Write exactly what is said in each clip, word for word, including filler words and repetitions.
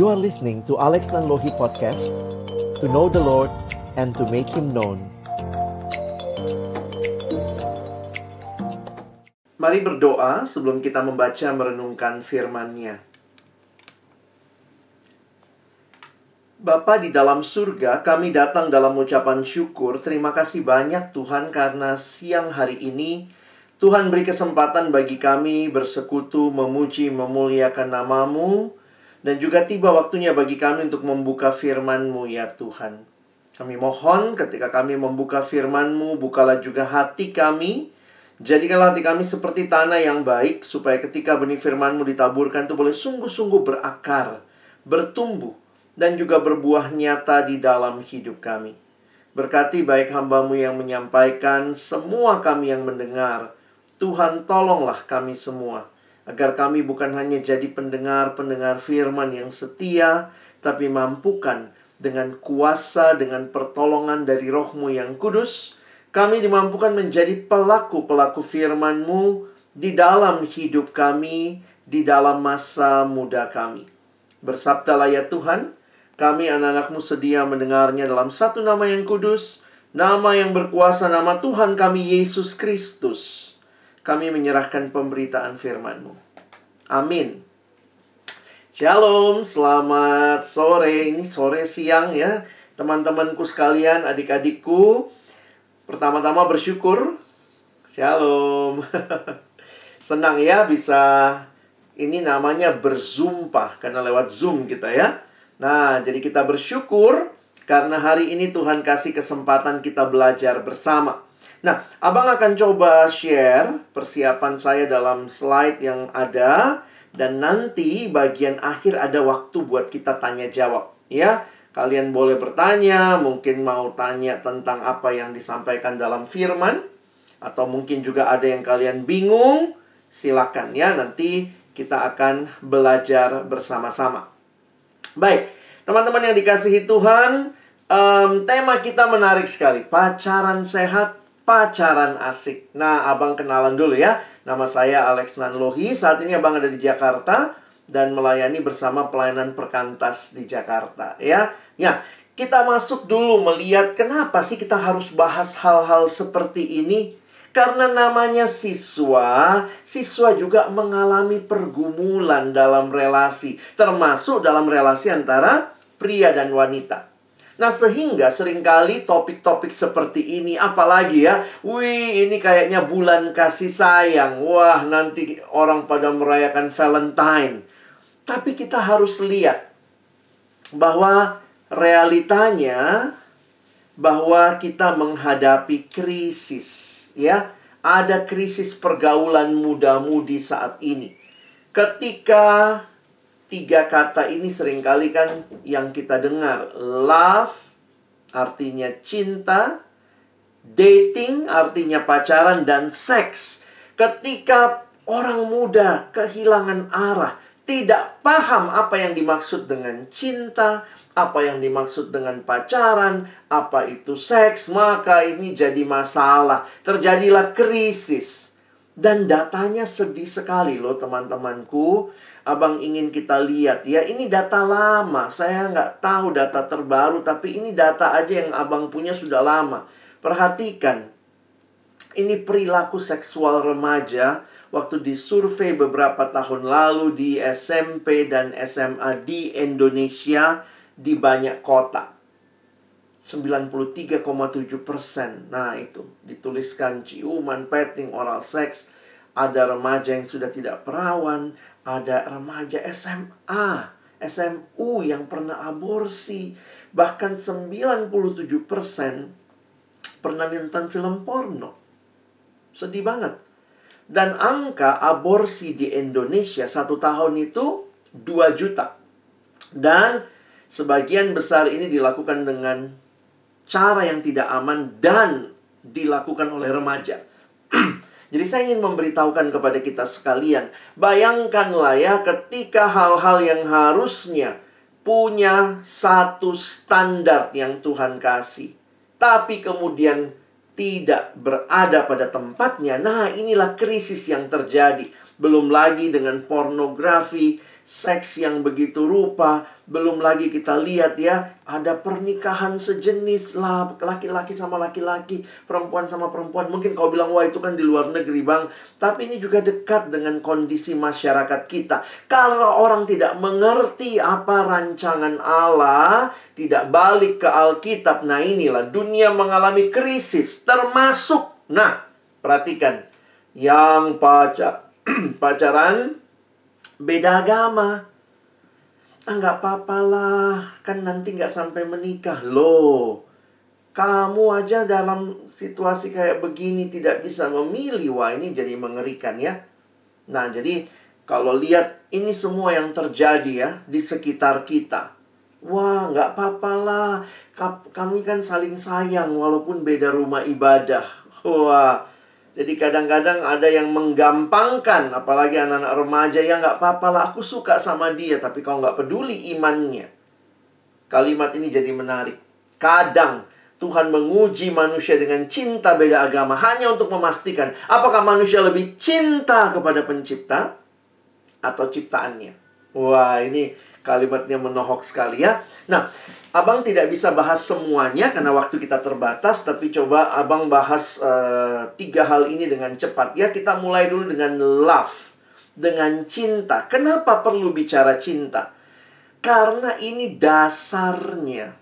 You are listening to Alex Nanlohi Podcast, to know the Lord and to make Him known. Mari berdoa sebelum kita membaca merenungkan firman-Nya. Bapa di dalam surga, kami datang dalam ucapan syukur. Terima kasih banyak Tuhan karena siang hari ini Tuhan beri kesempatan bagi kami bersekutu, memuji, memuliakan nama-Mu. Dan juga tiba waktunya bagi kami untuk membuka firman-Mu ya Tuhan. Kami mohon ketika kami membuka firman-Mu, bukalah juga hati kami. Jadikanlah hati kami seperti tanah yang baik, supaya ketika benih firman-Mu ditaburkan itu boleh sungguh-sungguh berakar, bertumbuh, dan juga berbuah nyata di dalam hidup kami. Berkati baik hamba-Mu yang menyampaikan, semua kami yang mendengar. Tuhan tolonglah kami semua, agar kami bukan hanya jadi pendengar-pendengar firman yang setia, tapi mampukan dengan kuasa, dengan pertolongan dari Roh-Mu yang kudus, kami dimampukan menjadi pelaku-pelaku firman-Mu di dalam hidup kami, di dalam masa muda kami. Bersabdalah ya Tuhan, kami anak-anak-Mu sedia mendengarnya dalam satu nama yang kudus, nama yang berkuasa, nama Tuhan kami Yesus Kristus. Kami menyerahkan pemberitaan firman-Mu. Amin. Shalom, selamat sore. Ini sore siang ya, teman-temanku sekalian, adik-adikku. Pertama-tama bersyukur. Shalom. Senang ya bisa, ini namanya berzumpah, karena lewat Zoom kita ya. Nah, jadi kita bersyukur karena hari ini Tuhan kasih kesempatan kita belajar bersama. Nah, Abang akan coba share persiapan saya dalam slide yang ada. Dan nanti bagian akhir ada waktu buat kita tanya jawab. Ya, kalian boleh bertanya, mungkin mau tanya tentang apa yang disampaikan dalam firman. Atau mungkin juga ada yang kalian bingung. Silakan ya, nanti kita akan belajar bersama-sama. Baik, teman-teman yang dikasihi Tuhan, um, tema kita menarik sekali. Pacaran sehat, pacaran asik. Nah, Abang kenalan dulu ya. Nama saya Alex Nanlohi. Saat ini Abang ada di Jakarta dan melayani bersama pelayanan perkantas di Jakarta ya. Ya, kita masuk dulu melihat kenapa sih kita harus bahas hal-hal seperti ini? Karena namanya siswa, siswa juga mengalami pergumulan dalam relasi, termasuk dalam relasi antara pria dan wanita. Nah, sehingga seringkali topik-topik seperti ini, apalagi ya, wih, ini kayaknya bulan kasih sayang. Wah, nanti orang pada merayakan Valentine. Tapi kita harus lihat bahwa realitanya, bahwa kita menghadapi krisis, ya. Ada krisis pergaulan muda-mudi saat ini. Ketika tiga kata ini seringkali kan yang kita dengar. Love artinya cinta, dating artinya pacaran, dan seks. Ketika orang muda kehilangan arah, tidak paham apa yang dimaksud dengan cinta, apa yang dimaksud dengan pacaran, apa itu seks, maka ini jadi masalah. Terjadilah krisis. Dan datanya sedih sekali loh teman-temanku. Abang ingin kita lihat ya, ini data lama. Saya nggak tahu data terbaru, tapi ini data aja yang abang punya sudah lama. Perhatikan, ini perilaku seksual remaja waktu disurvei beberapa tahun lalu di S M P dan S M A di Indonesia di banyak kota. sembilan puluh tiga koma tujuh persen. Nah itu, dituliskan ciuman, petting, oral seks. Ada remaja yang sudah tidak perawan. Ada remaja S M A, S M U yang pernah aborsi. Bahkan sembilan puluh tujuh persen pernah nonton film porno. Sedih banget. Dan angka aborsi di Indonesia satu tahun itu dua juta. Dan sebagian besar ini dilakukan dengan cara yang tidak aman dan dilakukan oleh remaja. Jadi saya ingin memberitahukan kepada kita sekalian, bayangkanlah ya ketika hal-hal yang harusnya punya satu standar yang Tuhan kasih, tapi kemudian tidak berada pada tempatnya. Nah, inilah krisis yang terjadi. Belum lagi dengan pornografi seks yang begitu rupa. Belum lagi kita lihat ya, ada pernikahan sejenis lah, laki-laki sama laki-laki, perempuan sama perempuan. Mungkin kau bilang, wah itu kan di luar negeri bang. Tapi ini juga dekat dengan kondisi masyarakat kita. Kalau orang tidak mengerti apa rancangan Allah, tidak balik ke Alkitab, nah inilah dunia mengalami krisis. Termasuk, nah perhatikan, yang pacar, pacaran beda agama. Ah, nggak apa-apa lah, kan nanti nggak sampai menikah. Loh, kamu aja dalam situasi kayak begini tidak bisa memilih. Wah, ini jadi mengerikan ya. Nah, jadi kalau lihat ini semua yang terjadi ya di sekitar kita. Wah, nggak apa-apa lah, kami kan saling sayang walaupun beda rumah ibadah. Wah, jadi kadang-kadang ada yang menggampangkan, apalagi anak-anak remaja, ya nggak apa-apa lah, aku suka sama dia, tapi kau nggak peduli imannya. Kalimat ini jadi menarik. Kadang Tuhan menguji manusia dengan cinta beda agama hanya untuk memastikan apakah manusia lebih cinta kepada pencipta atau ciptaannya. Wah, ini kalimatnya menohok sekali ya. Nah, Abang tidak bisa bahas semuanya karena waktu kita terbatas, tapi coba Abang bahas uh, tiga hal ini dengan cepat ya. Kita mulai dulu dengan love, dengan cinta. Kenapa perlu bicara cinta? Karena ini dasarnya.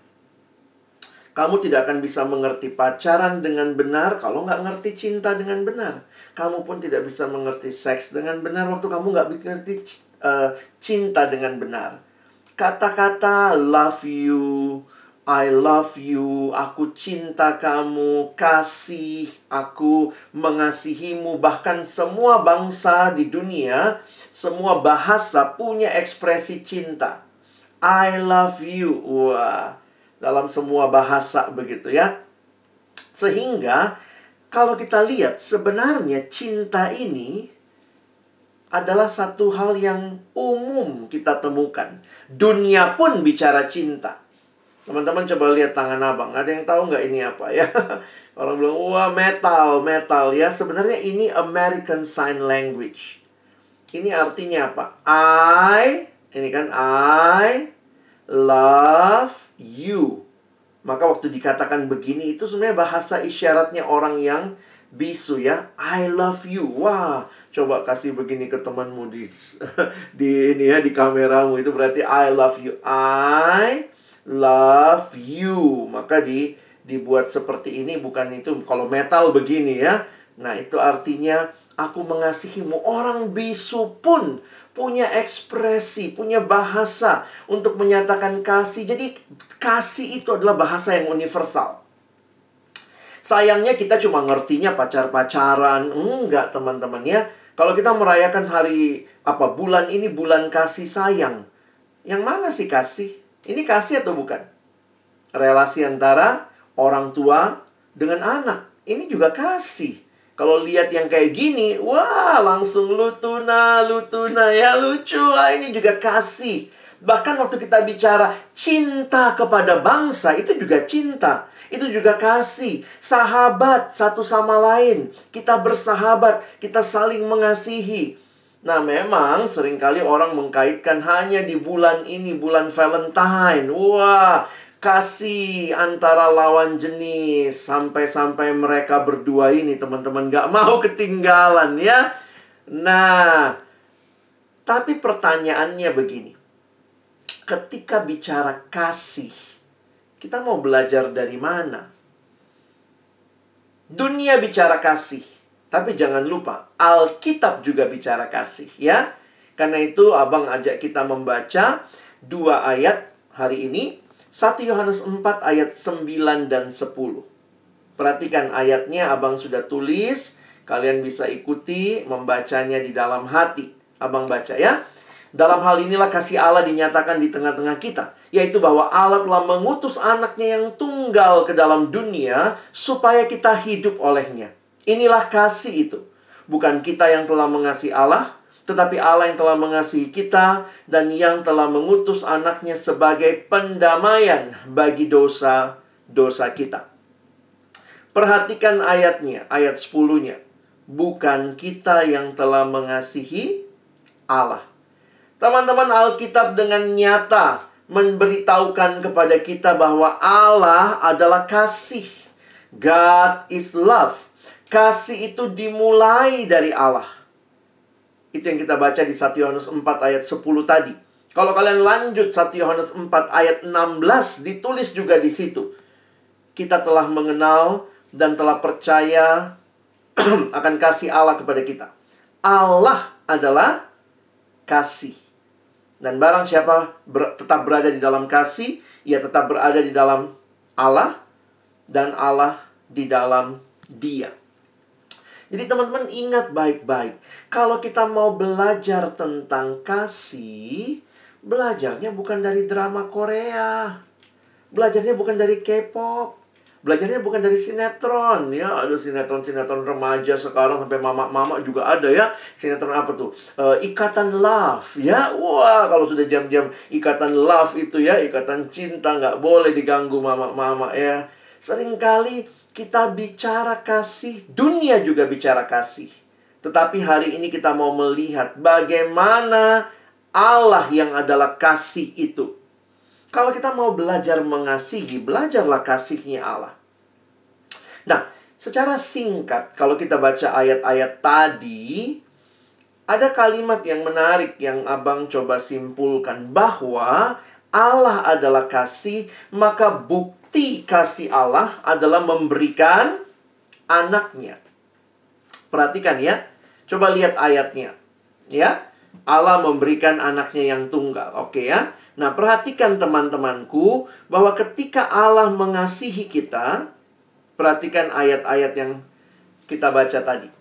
Kamu tidak akan bisa mengerti pacaran dengan benar kalau nggak ngerti cinta dengan benar. Kamu pun tidak bisa mengerti seks dengan benar waktu kamu nggak mengerti uh, cinta dengan benar. Kata-kata love you, I love you, aku cinta kamu, kasih, aku mengasihimu. Bahkan semua bangsa di dunia, semua bahasa punya ekspresi cinta. I love you. Wah, dalam semua bahasa begitu ya. Sehingga kalau kita lihat sebenarnya cinta ini adalah satu hal yang umum kita temukan. Dunia pun bicara cinta. Teman-teman coba lihat tangan abang. Ada yang tahu nggak ini apa ya? Orang bilang, wah metal, metal ya. Sebenarnya ini American Sign Language. Ini artinya apa? I, ini kan I love you. Maka waktu dikatakan begini, itu sebenarnya bahasa isyaratnya orang yang bisu ya. I love you. Wah, coba kasih begini ke temanmu di di ini ya, di kameramu, itu berarti I love you. I love you. Maka di dibuat seperti ini, bukan itu kalau metal begini ya. Nah, itu artinya aku mengasihimu. Orang bisu pun punya ekspresi, punya bahasa untuk menyatakan kasih. Jadi kasih itu adalah bahasa yang universal. Sayangnya kita cuma ngertinya pacar-pacaran. Enggak, teman-teman ya. Kalau kita merayakan hari apa bulan ini bulan kasih sayang. Yang mana sih kasih? Ini kasih atau bukan? Relasi antara orang tua dengan anak. Ini juga kasih. Kalau lihat yang kayak gini, wah langsung lutuna, lutuna ya, lucu. Ah, ini juga kasih. Bahkan waktu kita bicara cinta kepada bangsa, itu juga cinta. Itu juga kasih. Sahabat satu sama lain. Kita bersahabat, kita saling mengasihi. Nah, memang seringkali orang mengkaitkan hanya di bulan ini, bulan Valentine. Wah, kasih antara lawan jenis. Sampai-sampai mereka berdua ini, teman-teman, gak mau ketinggalan ya. Nah, tapi pertanyaannya begini. Ketika bicara kasih, kita mau belajar dari mana? Dunia bicara kasih, tapi jangan lupa Alkitab juga bicara kasih ya. Karena itu abang ajak kita membaca dua ayat hari ini. satu Yohanes empat ayat sembilan dan sepuluh. Perhatikan ayatnya, abang sudah tulis. Kalian bisa ikuti membacanya di dalam hati. Abang baca ya. Dalam hal inilah kasih Allah dinyatakan di tengah-tengah kita, yaitu bahwa Allah telah mengutus anaknya yang tunggal ke dalam dunia supaya kita hidup olehnya. Inilah kasih itu. Bukan kita yang telah mengasihi Allah, tetapi Allah yang telah mengasihi kita dan yang telah mengutus anaknya sebagai pendamaian bagi dosa-dosa kita. Perhatikan ayatnya, ayat sepuluh-nya. Bukan kita yang telah mengasihi Allah, Teman-teman, Alkitab dengan nyata memberitahukan kepada kita bahwa Allah adalah kasih. God is love. Kasih itu dimulai dari Allah. Itu yang kita baca di satu Yohanes empat ayat sepuluh tadi. Kalau kalian lanjut satu Yohanes empat ayat enam belas, ditulis juga di situ. Kita telah mengenal dan telah percaya akan kasih Allah kepada kita. Allah adalah kasih. Dan barang siapa ber, tetap berada di dalam kasih, ia tetap berada di dalam Allah, dan Allah di dalam dia. Jadi teman-teman ingat baik-baik. Kalau kita mau belajar tentang kasih, belajarnya bukan dari drama Korea. Belajarnya bukan dari K-pop. Belajarnya bukan dari sinetron. Ya, ada sinetron-sinetron remaja sekarang sampai mama-mama juga ada ya. Sinetron apa tuh? E, Ikatan Love ya. Wah, kalau sudah jam-jam Ikatan Love itu ya, ikatan cinta, nggak boleh diganggu mama-mama ya. Seringkali kita bicara kasih, dunia juga bicara kasih. Tetapi hari ini kita mau melihat bagaimana Allah yang adalah kasih itu. Kalau kita mau belajar mengasihi, belajarlah kasihnya Allah. Nah, secara singkat, kalau kita baca ayat-ayat tadi, ada kalimat yang menarik yang abang coba simpulkan. Bahwa Allah adalah kasih, maka bukti Bukti kasih Allah adalah memberikan anaknya. Perhatikan ya. Coba lihat ayatnya. Ya. Allah memberikan anaknya yang tunggal. Oke ya. Nah, perhatikan teman-temanku bahwa ketika Allah mengasihi kita, perhatikan ayat-ayat yang kita baca tadi.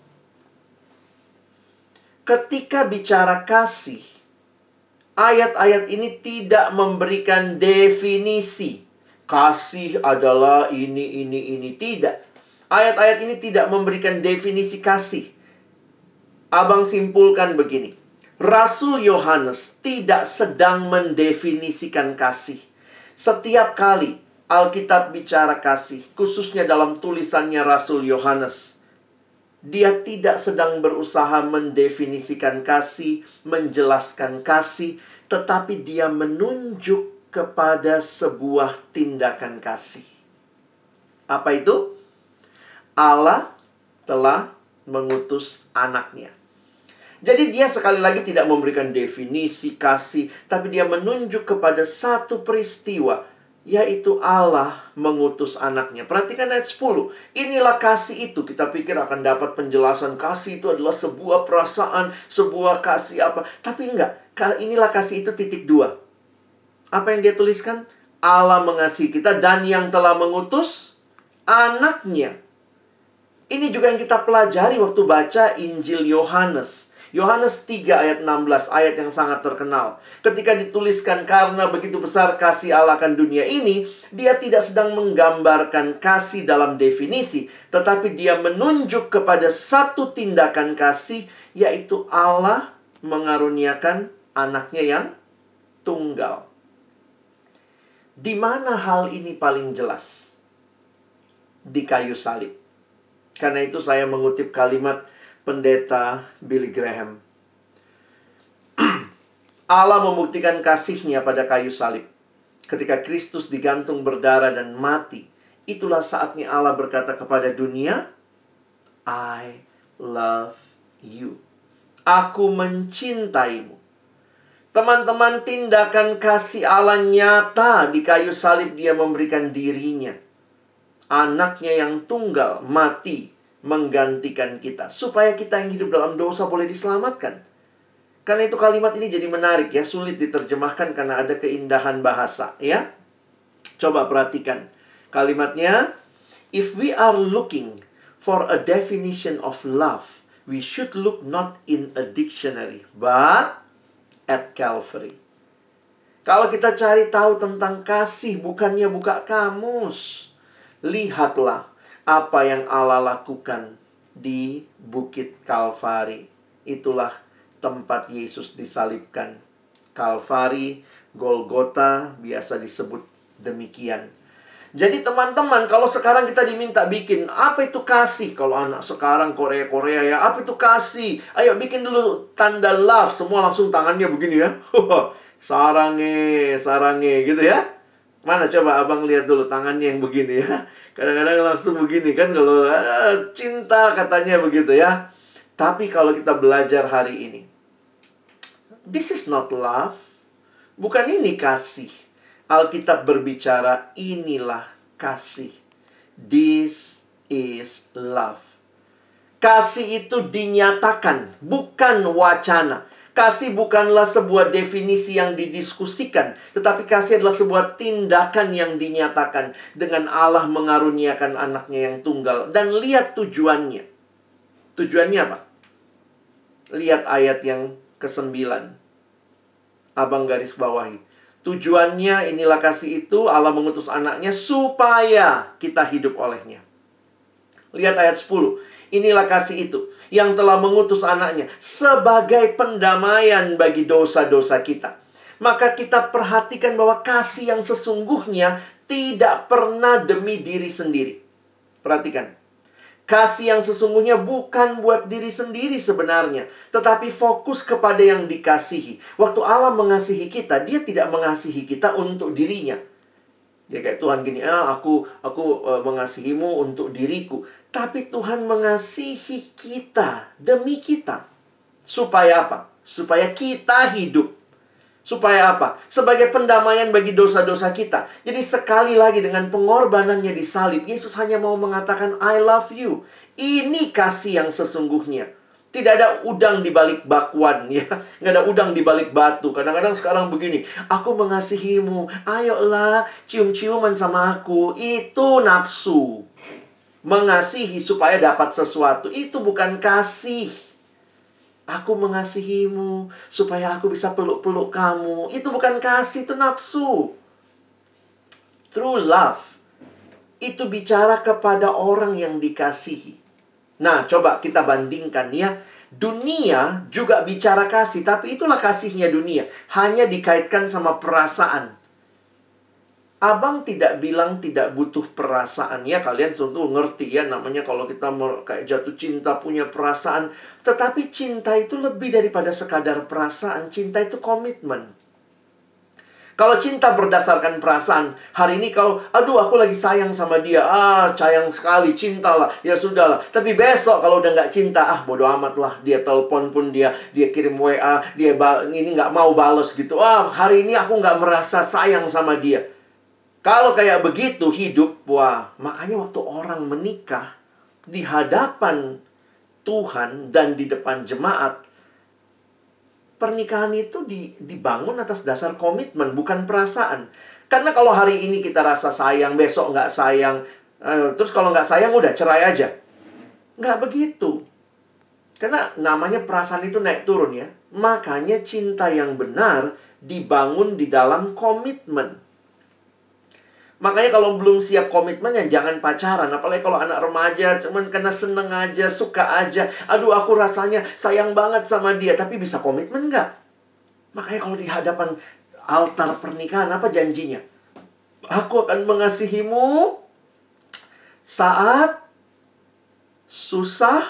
Ketika bicara kasih, ayat-ayat ini tidak memberikan definisi. Kasih adalah ini, ini, ini. Tidak. Ayat-ayat ini tidak memberikan definisi kasih. Abang simpulkan begini. Rasul Yohanes tidak sedang mendefinisikan kasih. Setiap kali Alkitab bicara kasih, khususnya dalam tulisannya Rasul Yohanes, dia tidak sedang berusaha mendefinisikan kasih, menjelaskan kasih, tetapi dia menunjuk kepada sebuah tindakan kasih. Apa itu? Allah telah mengutus anaknya. Jadi dia sekali lagi tidak memberikan definisi kasih, tapi dia menunjuk kepada satu peristiwa, yaitu Allah mengutus anaknya. Perhatikan ayat sepuluh. Inilah kasih itu. Kita pikir akan dapat penjelasan kasih itu adalah sebuah perasaan, sebuah kasih apa. Tapi enggak. Inilah kasih itu titik dua. Apa yang dia tuliskan? Allah mengasihi kita dan yang telah mengutus anaknya. Ini juga yang kita pelajari waktu baca Injil Yohanes. Yohanes tiga ayat enam belas, ayat yang sangat terkenal. Ketika dituliskan karena begitu besar kasih Allah akan dunia ini, dia tidak sedang menggambarkan kasih dalam definisi, tetapi dia menunjuk kepada satu tindakan kasih, yaitu Allah mengaruniakan anaknya yang tunggal. Di mana hal ini paling jelas? Di kayu salib. Karena itu saya mengutip kalimat pendeta Billy Graham. Allah membuktikan kasihnya pada kayu salib. Ketika Kristus digantung berdarah dan mati, itulah saatnya Allah berkata kepada dunia, I love you. Aku mencintaimu. Teman-teman, tindakan kasih Allah nyata di kayu salib. Dia memberikan dirinya, anaknya yang tunggal, mati menggantikan kita, supaya kita yang hidup dalam dosa boleh diselamatkan. Karena itu kalimat ini jadi menarik ya, sulit diterjemahkan karena ada keindahan bahasa ya. Coba perhatikan kalimatnya. If we are looking for a definition of love, we should look not in a dictionary, but at Calvary. Kalau kita cari tahu tentang kasih, bukannya buka kamus. Lihatlah apa yang Allah lakukan di Bukit Kalvari. Itulah tempat Yesus disalibkan. Kalvari, Golgota, biasa disebut demikian. Jadi teman-teman, kalau sekarang kita diminta bikin, apa itu kasih? Kalau anak sekarang Korea-Korea ya, apa itu kasih? Ayo bikin dulu tanda love. Semua langsung tangannya begini ya. Sarange, sarange gitu ya. Mana coba abang lihat dulu tangannya yang begini ya. Kadang-kadang langsung begini kan kalau ah, cinta katanya begitu ya. Tapi kalau kita belajar hari ini, this is not love. Bukan ini kasih. Alkitab berbicara, inilah kasih. This is love. Kasih itu dinyatakan, bukan wacana. Kasih bukanlah sebuah definisi yang didiskusikan, tetapi kasih adalah sebuah tindakan yang dinyatakan dengan Allah mengaruniakan anaknya yang tunggal. Dan lihat tujuannya. Tujuannya apa? Lihat ayat yang kesembilan. Abang garis bawahi. Tujuannya inilah kasih itu, Allah mengutus anaknya supaya kita hidup olehnya. Lihat ayat sepuluh. Inilah kasih itu, yang telah mengutus anaknya sebagai pendamaian bagi dosa-dosa kita. Maka kita perhatikan bahwa kasih yang sesungguhnya tidak pernah demi diri sendiri. Perhatikan. Kasih yang sesungguhnya bukan buat diri sendiri sebenarnya, tetapi fokus kepada yang dikasihi. Waktu Allah mengasihi kita, Dia tidak mengasihi kita untuk dirinya. Dia kayak Tuhan gini, ah, aku aku uh, mengasihimu untuk diriku. Tapi Tuhan mengasihi kita demi kita. Supaya apa? Supaya kita hidup. Supaya apa? Sebagai pendamaian bagi dosa-dosa kita. Jadi sekali lagi dengan pengorbanannya di salib, Yesus hanya mau mengatakan, I love you. Ini kasih yang sesungguhnya. Tidak ada udang di balik bakwan, ya. Nggak ada udang di balik batu. Kadang-kadang sekarang begini, aku mengasihimu. Ayolah, cium-ciuman sama aku. Itu nafsu. Mengasihi supaya dapat sesuatu. Itu bukan kasih. Aku mengasihimu supaya aku bisa peluk-peluk kamu. Itu bukan kasih, itu nafsu. True love itu bicara kepada orang yang dikasihi. Nah, coba kita bandingkan ya. Dunia juga bicara kasih, tapi itulah kasihnya dunia. Hanya dikaitkan sama perasaan. Abang tidak bilang tidak butuh perasaan ya. Kalian tentu ngerti ya. Namanya kalau kita kayak jatuh cinta punya perasaan. Tetapi cinta itu lebih daripada sekadar perasaan. Cinta itu komitmen. Kalau cinta berdasarkan perasaan, hari ini kau, aduh aku lagi sayang sama dia. Ah, sayang sekali, cintalah. Ya sudahlah. Tapi besok kalau udah nggak cinta, ah bodo amat lah. Dia telepon pun dia, dia kirim W A, dia ini nggak mau bales gitu. Ah, hari ini aku nggak merasa sayang sama dia. Kalau kayak begitu hidup, wah, makanya waktu orang menikah di hadapan Tuhan dan di depan jemaat, pernikahan itu dibangun atas dasar komitmen, bukan perasaan. Karena kalau hari ini kita rasa sayang, besok nggak sayang, eh, terus kalau nggak sayang udah cerai aja. Nggak begitu. Karena namanya perasaan itu naik turun ya. Makanya cinta yang benar dibangun di dalam komitmen. Makanya kalau belum siap komitmen ya jangan pacaran. Apalagi kalau anak remaja cuman karena seneng aja, suka aja. Aduh aku rasanya sayang banget sama dia. Tapi bisa komitmen nggak? Makanya kalau di hadapan altar pernikahan apa janjinya? Aku akan mengasihimu saat susah,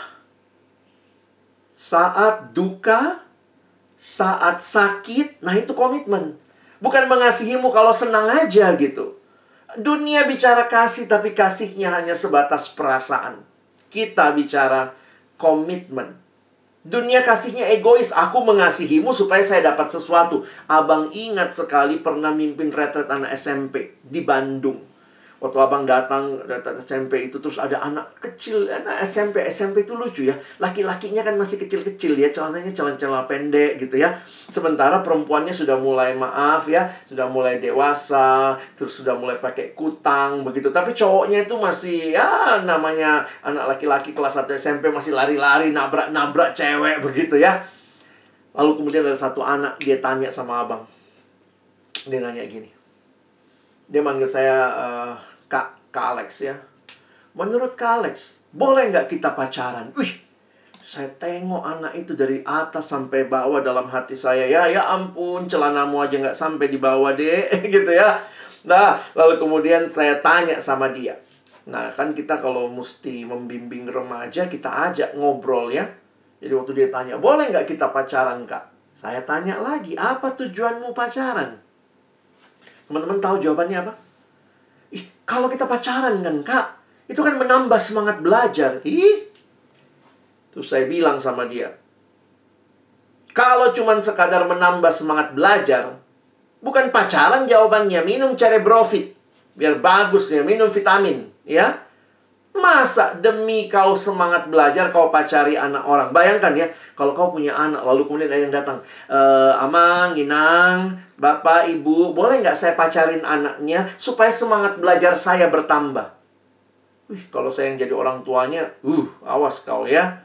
saat duka, saat sakit. Nah itu komitmen. Bukan mengasihimu kalau senang aja gitu. Dunia bicara kasih, tapi kasihnya hanya sebatas perasaan. Kita bicara komitmen. Dunia kasihnya egois. Aku mengasihimu supaya saya dapat sesuatu. Abang ingat sekali pernah mimpin retret anak S M P di Bandung. Waktu abang datang retret S M P itu, terus ada anak kecil, anak S M P. S M P itu lucu ya. Laki-lakinya kan masih kecil-kecil ya. Celananya celana-celana pendek gitu ya. Sementara perempuannya sudah mulai maaf ya. Sudah mulai dewasa. Terus sudah mulai pakai kutang begitu. Tapi cowoknya itu masih ya namanya anak laki-laki kelas satu S M P masih lari-lari, nabrak-nabrak cewek begitu ya. Lalu kemudian ada satu anak, dia tanya sama abang. Dia nanya gini. Dia manggil saya uh, Kak, Kak Alex ya. Menurut Kak Alex, boleh nggak kita pacaran? Wih, saya tengok anak itu dari atas sampai bawah dalam hati saya. Ya, ya ampun, celanamu aja nggak sampai di bawah deh, gitu ya. Nah, lalu kemudian saya tanya sama dia. Nah, kan kita kalau mesti membimbing remaja, kita ajak ngobrol ya. Jadi waktu dia tanya, boleh nggak kita pacaran, Kak? Saya tanya lagi, apa tujuanmu pacaran? Teman-teman tahu jawabannya apa? Ih, kalau kita pacaran kan, Kak, itu kan menambah semangat belajar. Ih, terus saya bilang sama dia, kalau cuman sekadar menambah semangat belajar, bukan pacaran jawabannya, minum cerebrofit. Biar bagus ya, minum vitamin, ya. Masa demi kau semangat belajar, kau pacari anak orang? Bayangkan ya, kalau kau punya anak, lalu kemudian ada yang datang, e, Amang, Ginang, Bapak, Ibu, boleh nggak saya pacarin anaknya supaya semangat belajar saya bertambah? Wih, kalau saya yang jadi orang tuanya, uh, awas kau ya.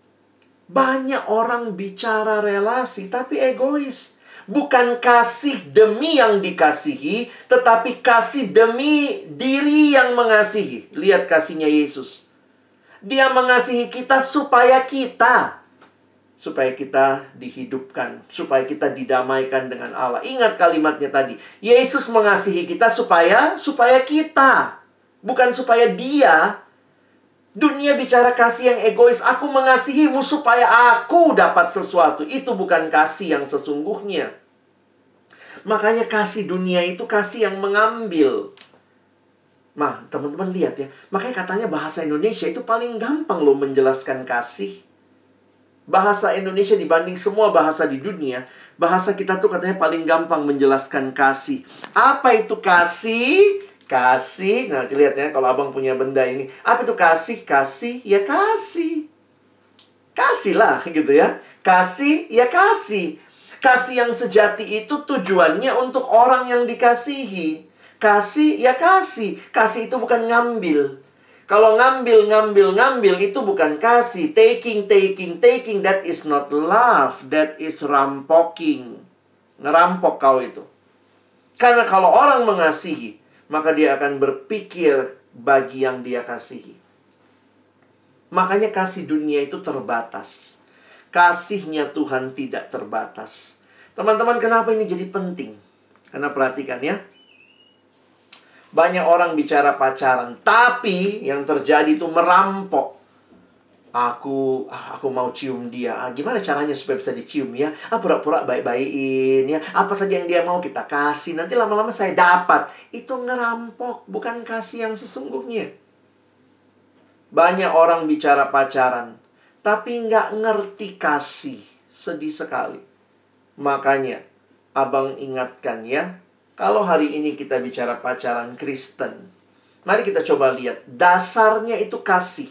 Banyak orang bicara relasi, tapi egois. Bukan kasih demi yang dikasihi, tetapi kasih demi diri yang mengasihi. Lihat kasihnya Yesus. Dia mengasihi kita supaya kita. Supaya kita dihidupkan. Supaya kita didamaikan dengan Allah. Ingat kalimatnya tadi. Yesus mengasihi kita supaya, supaya kita. Bukan supaya dia. Dunia bicara kasih yang egois. Aku mengasihimu supaya aku dapat sesuatu. Itu bukan kasih yang sesungguhnya. Makanya kasih dunia itu kasih yang mengambil. Nah, teman-teman lihat ya. Makanya katanya bahasa Indonesia itu paling gampang loh menjelaskan kasih. Bahasa Indonesia dibanding semua bahasa di dunia, bahasa kita tuh katanya paling gampang menjelaskan kasih. Apa itu kasih? Kasih, nah lihat ya, kalau abang punya benda ini, apa itu kasih? Kasih, ya kasih. Kasih lah, gitu ya. Kasih, ya kasih. Kasih yang sejati itu tujuannya untuk orang yang dikasihi. Kasih, ya kasih. Kasih itu bukan ngambil. Kalau ngambil, ngambil, ngambil, itu bukan kasih. Taking, taking, taking, that is not love. That is rampoking. Ngerampok kau itu. Karena kalau orang mengasihi, maka dia akan berpikir bagi yang dia kasihi. Makanya kasih dunia itu terbatas. Kasihnya Tuhan tidak terbatas. Teman-teman, kenapa ini jadi penting? Karena perhatikan ya. Banyak orang bicara pacaran, tapi yang terjadi itu merampok. Aku ah, aku mau cium dia. Ah, gimana caranya supaya bisa dicium ya? Ah, pura-pura baik-baikin ya. Apa saja yang dia mau kita kasih. Nanti lama-lama saya dapat. Itu ngerampok, bukan kasih yang sesungguhnya. Banyak orang bicara pacaran, tapi nggak ngerti kasih. Sedih sekali. Makanya, abang ingatkan ya. Kalau hari ini kita bicara pacaran Kristen, mari kita coba lihat. Dasarnya itu kasih.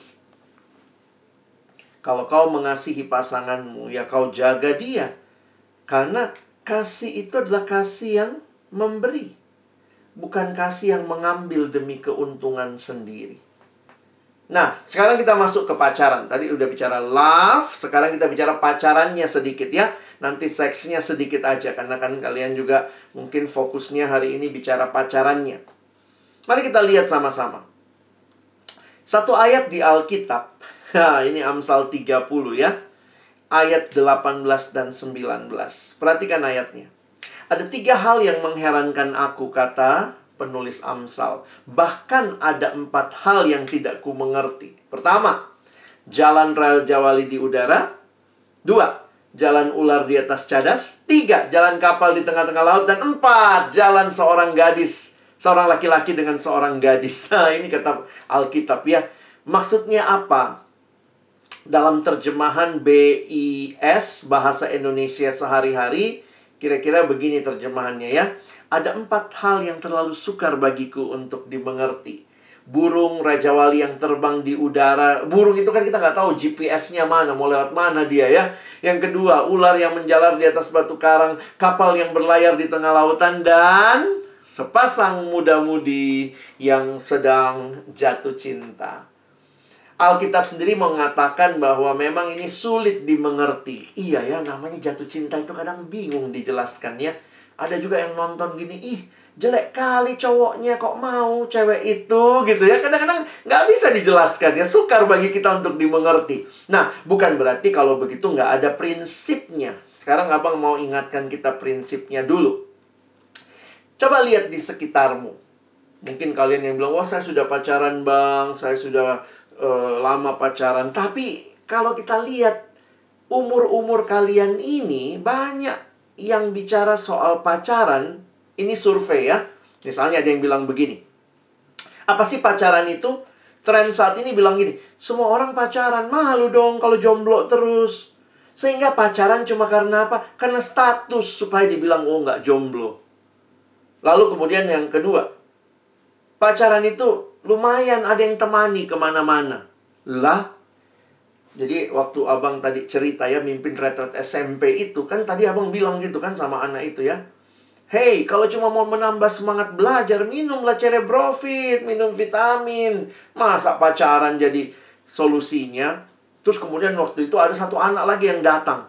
Kalau kau mengasihi pasanganmu, ya kau jaga dia. Karena kasih itu adalah kasih yang memberi. Bukan kasih yang mengambil demi keuntungan sendiri. Nah, sekarang kita masuk ke pacaran. Tadi udah bicara love, sekarang kita bicara pacarannya sedikit ya. Nanti seksnya sedikit aja, karena kan kalian juga mungkin fokusnya hari ini bicara pacarannya. Mari kita lihat sama-sama. Satu ayat di Alkitab. Nah, ini Amsal tiga puluh ya. Ayat delapan belas dan sembilan belas. Perhatikan ayatnya. Ada tiga hal yang mengherankan aku, kata penulis Amsal. Bahkan ada empat hal yang tidak ku mengerti. Pertama, jalan Raja Wali di udara. Dua, jalan ular di atas cadas. Tiga, jalan kapal di tengah-tengah laut. Dan empat, jalan seorang gadis. Seorang laki-laki dengan seorang gadis. Nah, ini kata Alkitab ya. Maksudnya apa? Dalam terjemahan B I S, Bahasa Indonesia Sehari-hari, kira-kira begini terjemahannya ya. Ada empat hal yang terlalu sukar bagiku untuk dimengerti. Burung Raja Wali yang terbang di udara. Burung itu kan kita nggak tahu G P S-nya mana, mau lewat mana dia ya. Yang kedua, ular yang menjalar di atas batu karang. Kapal yang berlayar di tengah lautan. Dan sepasang muda-mudi yang sedang jatuh cinta. Alkitab sendiri mengatakan bahwa memang ini sulit dimengerti. Iya ya, namanya jatuh cinta itu kadang bingung dijelaskan ya. Ada juga yang nonton gini, ih jelek kali cowoknya kok mau cewek itu gitu ya. Kadang-kadang nggak bisa dijelaskan ya, sukar bagi kita untuk dimengerti. Nah, bukan berarti kalau begitu nggak ada prinsipnya. Sekarang abang mau ingatkan kita prinsipnya dulu. Coba lihat di sekitarmu. Mungkin kalian yang bilang, wah saya sudah pacaran bang, saya sudah uh, lama pacaran. Tapi kalau kita lihat umur-umur kalian ini, banyak yang bicara soal pacaran. Ini survei ya. Misalnya ada yang bilang begini, apa sih pacaran itu? Tren saat ini bilang gini, semua orang pacaran, malu dong kalau jomblo terus. Sehingga pacaran cuma karena apa? Karena status, supaya dibilang, oh nggak jomblo. Lalu kemudian yang kedua, pacaran itu lumayan ada yang temani kemana-mana. Lah, jadi waktu abang tadi cerita ya, mimpin retret S M P itu, kan tadi abang bilang gitu kan sama anak itu ya. Hey, kalau cuma mau menambah semangat belajar, minumlah Cerebrofit, minum vitamin. Masa pacaran jadi solusinya? Terus kemudian waktu itu ada satu anak lagi yang datang.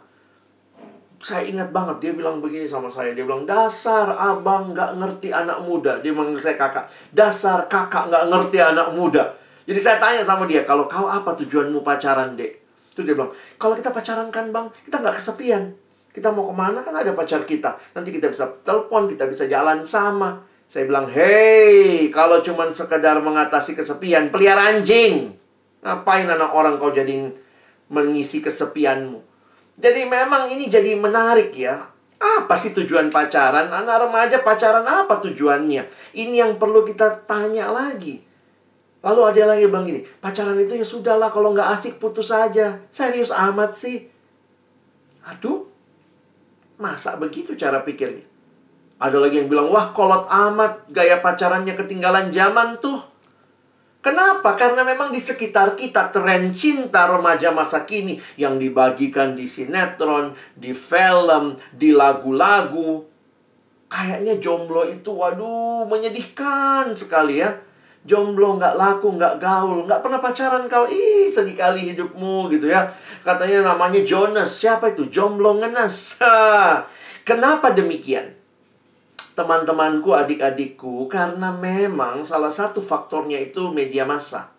Saya ingat banget, dia bilang begini sama saya. Dia bilang, dasar abang gak ngerti anak muda. Dia manggil saya kakak. Dasar kakak gak ngerti anak muda. Jadi saya tanya sama dia, kalau kau apa tujuanmu pacaran, dek? Terus dia bilang, kalau kita pacaran kan bang, kita gak kesepian. Kita mau kemana kan ada pacar kita. Nanti kita bisa telepon, kita bisa jalan sama. Saya bilang, hey, kalau cuma sekedar mengatasi kesepian, pelihara anjing. Ngapain anak orang kau jadi mengisi kesepianmu? Jadi memang ini jadi menarik ya. Apa sih tujuan pacaran? Anak remaja pacaran apa tujuannya? Ini yang perlu kita tanya lagi. Lalu ada lagi bilang gini, pacaran itu ya sudahlah, kalau nggak asik putus aja. Serius amat sih. Aduh. Masa begitu cara pikirnya? Ada lagi yang bilang, wah kolot amat, gaya pacarannya ketinggalan zaman tuh. Kenapa? Karena memang di sekitar kita tren cinta remaja masa kini yang dibagikan di sinetron, di film, di lagu-lagu. Kayaknya jomblo itu, waduh, menyedihkan sekali ya. Jomblo nggak laku, nggak gaul, nggak pernah pacaran kau. Ih, sedih kali hidupmu gitu ya. Katanya namanya Jonas. Siapa itu? Jomblo ngenes. Kenapa demikian? Teman-temanku, adik-adikku, karena memang salah satu faktornya itu media massa.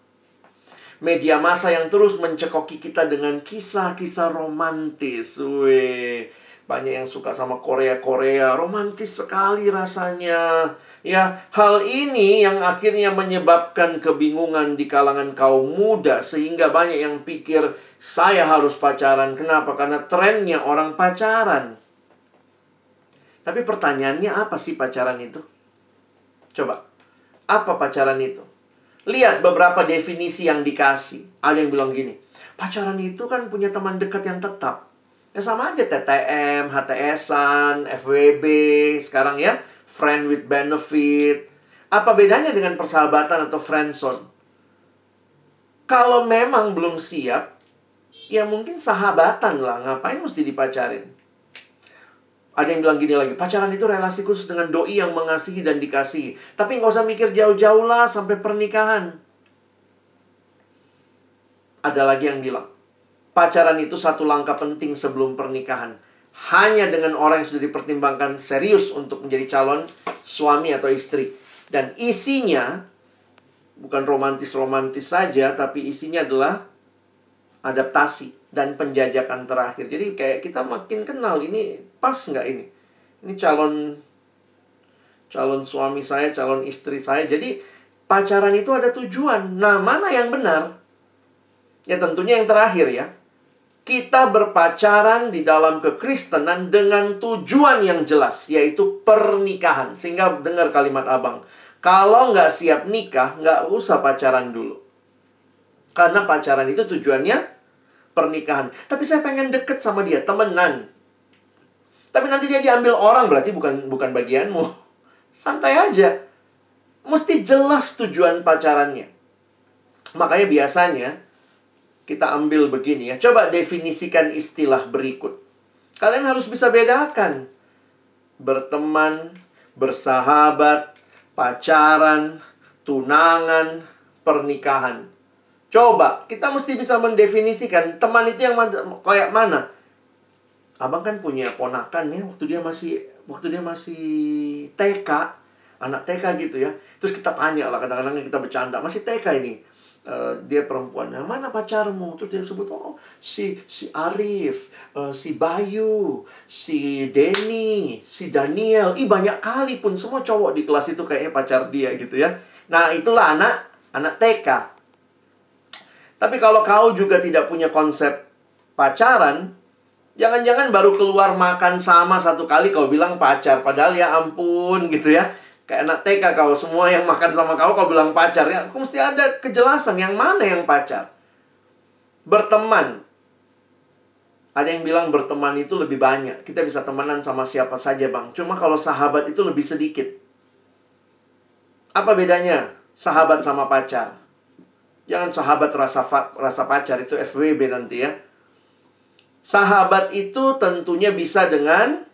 Media massa yang terus mencekoki kita dengan kisah-kisah romantis. Weh, banyak yang suka sama Korea-Korea, romantis sekali rasanya. Ya, hal ini yang akhirnya menyebabkan kebingungan di kalangan kaum muda, sehingga banyak yang pikir saya harus pacaran. Kenapa? Karena trennya orang pacaran. Tapi pertanyaannya, apa sih pacaran itu? Coba, apa pacaran itu? Lihat beberapa definisi yang dikasih. Ada yang bilang gini, pacaran itu kan punya teman dekat yang tetap. Ya sama aja T T M, H T S-an, F W B sekarang ya, friend with benefit. Apa bedanya dengan persahabatan atau friendzone? Kalau memang belum siap, ya mungkin sahabatan lah. Ngapain mesti dipacarin? Ada yang bilang gini lagi, pacaran itu relasi khusus dengan doi yang mengasihi dan dikasihi. Tapi nggak usah mikir jauh-jauh lah sampai pernikahan. Ada lagi yang bilang, pacaran itu satu langkah penting sebelum pernikahan. Hanya dengan orang yang sudah dipertimbangkan serius untuk menjadi calon suami atau istri. Dan isinya, bukan romantis-romantis saja, tapi isinya adalah adaptasi dan penjajakan terakhir. Jadi kayak kita makin kenal, ini pas nggak ini? Ini calon calon suami saya, calon istri saya. Jadi pacaran itu ada tujuan. Nah, mana yang benar? Ya tentunya yang terakhir ya. Kita berpacaran di dalam kekristenan dengan tujuan yang jelas, yaitu pernikahan. Sehingga dengar kalimat abang, kalau nggak siap nikah, nggak usah pacaran dulu. Karena pacaran itu tujuannya pernikahan. Tapi saya pengen deket sama dia, temenan. Tapi nanti dia diambil orang, berarti bukan bukan bagianmu. Santai aja. Mesti jelas tujuan pacarannya. Makanya biasanya kita ambil begini ya. Coba definisikan istilah berikut. Kalian harus bisa bedakan. Berteman, bersahabat, pacaran, tunangan, pernikahan. Coba, kita mesti bisa mendefinisikan teman itu yang kayak mana. Abang kan punya ponakan ya, waktu dia masih waktu dia masih T K, anak T K gitu ya. Terus kita tanya lah, kadang-kadang kita bercanda, masih T K ini. Uh, dia perempuan, nah, mana pacarmu? Terus dia sebut, oh si si Arif, uh, si Bayu, si Denny, si Daniel. Ih, banyak kali pun semua cowok di kelas itu kayaknya pacar dia gitu ya. Nah, itulah anak anak T K. Tapi kalau kau juga tidak punya konsep pacaran, jangan-jangan baru keluar makan sama satu kali kau bilang pacar. Padahal ya ampun gitu ya. Kayak anak T K kau, semua yang makan sama kau, kau bilang pacar. Ya, mesti ada kejelasan yang mana yang pacar. Berteman. Ada yang bilang berteman itu lebih banyak. Kita bisa temenan sama siapa saja, Bang. Cuma kalau sahabat itu lebih sedikit. Apa bedanya sahabat sama pacar? Jangan sahabat rasa, rasa pacar, itu F W B nanti ya. Sahabat itu tentunya bisa dengan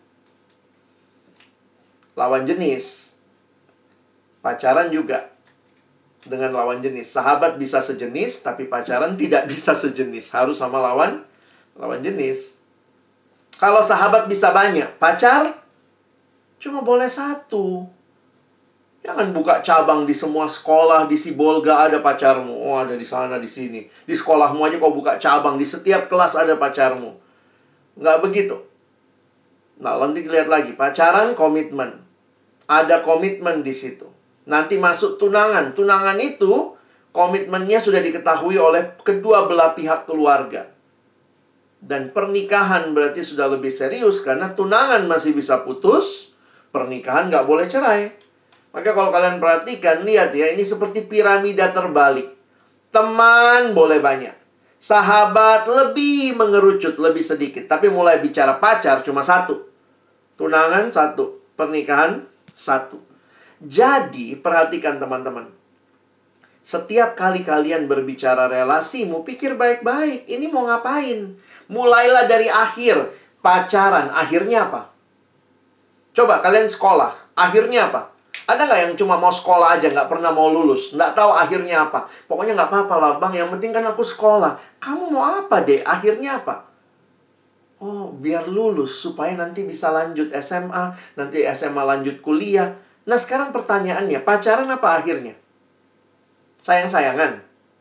lawan jenis. Pacaran juga dengan lawan jenis. Sahabat bisa sejenis, tapi pacaran tidak bisa sejenis. Harus sama lawan lawan jenis. Kalau sahabat bisa banyak, pacar cuma boleh satu. Jangan buka cabang di semua sekolah, di Sibolga ada pacarmu. Oh, ada di sana, di sini. Di sekolahmu aja kau buka cabang, di setiap kelas ada pacarmu. Nggak begitu. Nah, nanti lihat lagi. Pacaran, komitmen. Ada komitmen di situ. Nanti masuk tunangan. Tunangan itu komitmennya sudah diketahui oleh kedua belah pihak keluarga. Dan pernikahan berarti sudah lebih serius. Karena tunangan masih bisa putus, pernikahan nggak boleh cerai. Maka kalau kalian perhatikan, lihat ya, ini seperti piramida terbalik. Teman boleh banyak. Sahabat lebih mengerucut, lebih sedikit. Tapi mulai bicara pacar cuma satu. Tunangan satu. Pernikahan satu. Jadi, perhatikan teman-teman. Setiap kali kalian berbicara relasimu, pikir baik-baik. Ini mau ngapain? Mulailah dari akhir. Pacaran, akhirnya apa? Coba kalian sekolah. Akhirnya apa? Ada nggak yang cuma mau sekolah aja, nggak pernah mau lulus? Nggak tahu akhirnya apa? Pokoknya nggak apa-apa lah, Bang. Yang penting kan aku sekolah. Kamu mau apa, deh? Akhirnya apa? Oh, biar lulus. Supaya nanti bisa lanjut S M A. Nanti S M A lanjut kuliah. Nah, sekarang pertanyaannya, pacaran apa akhirnya? Sayang-sayangan?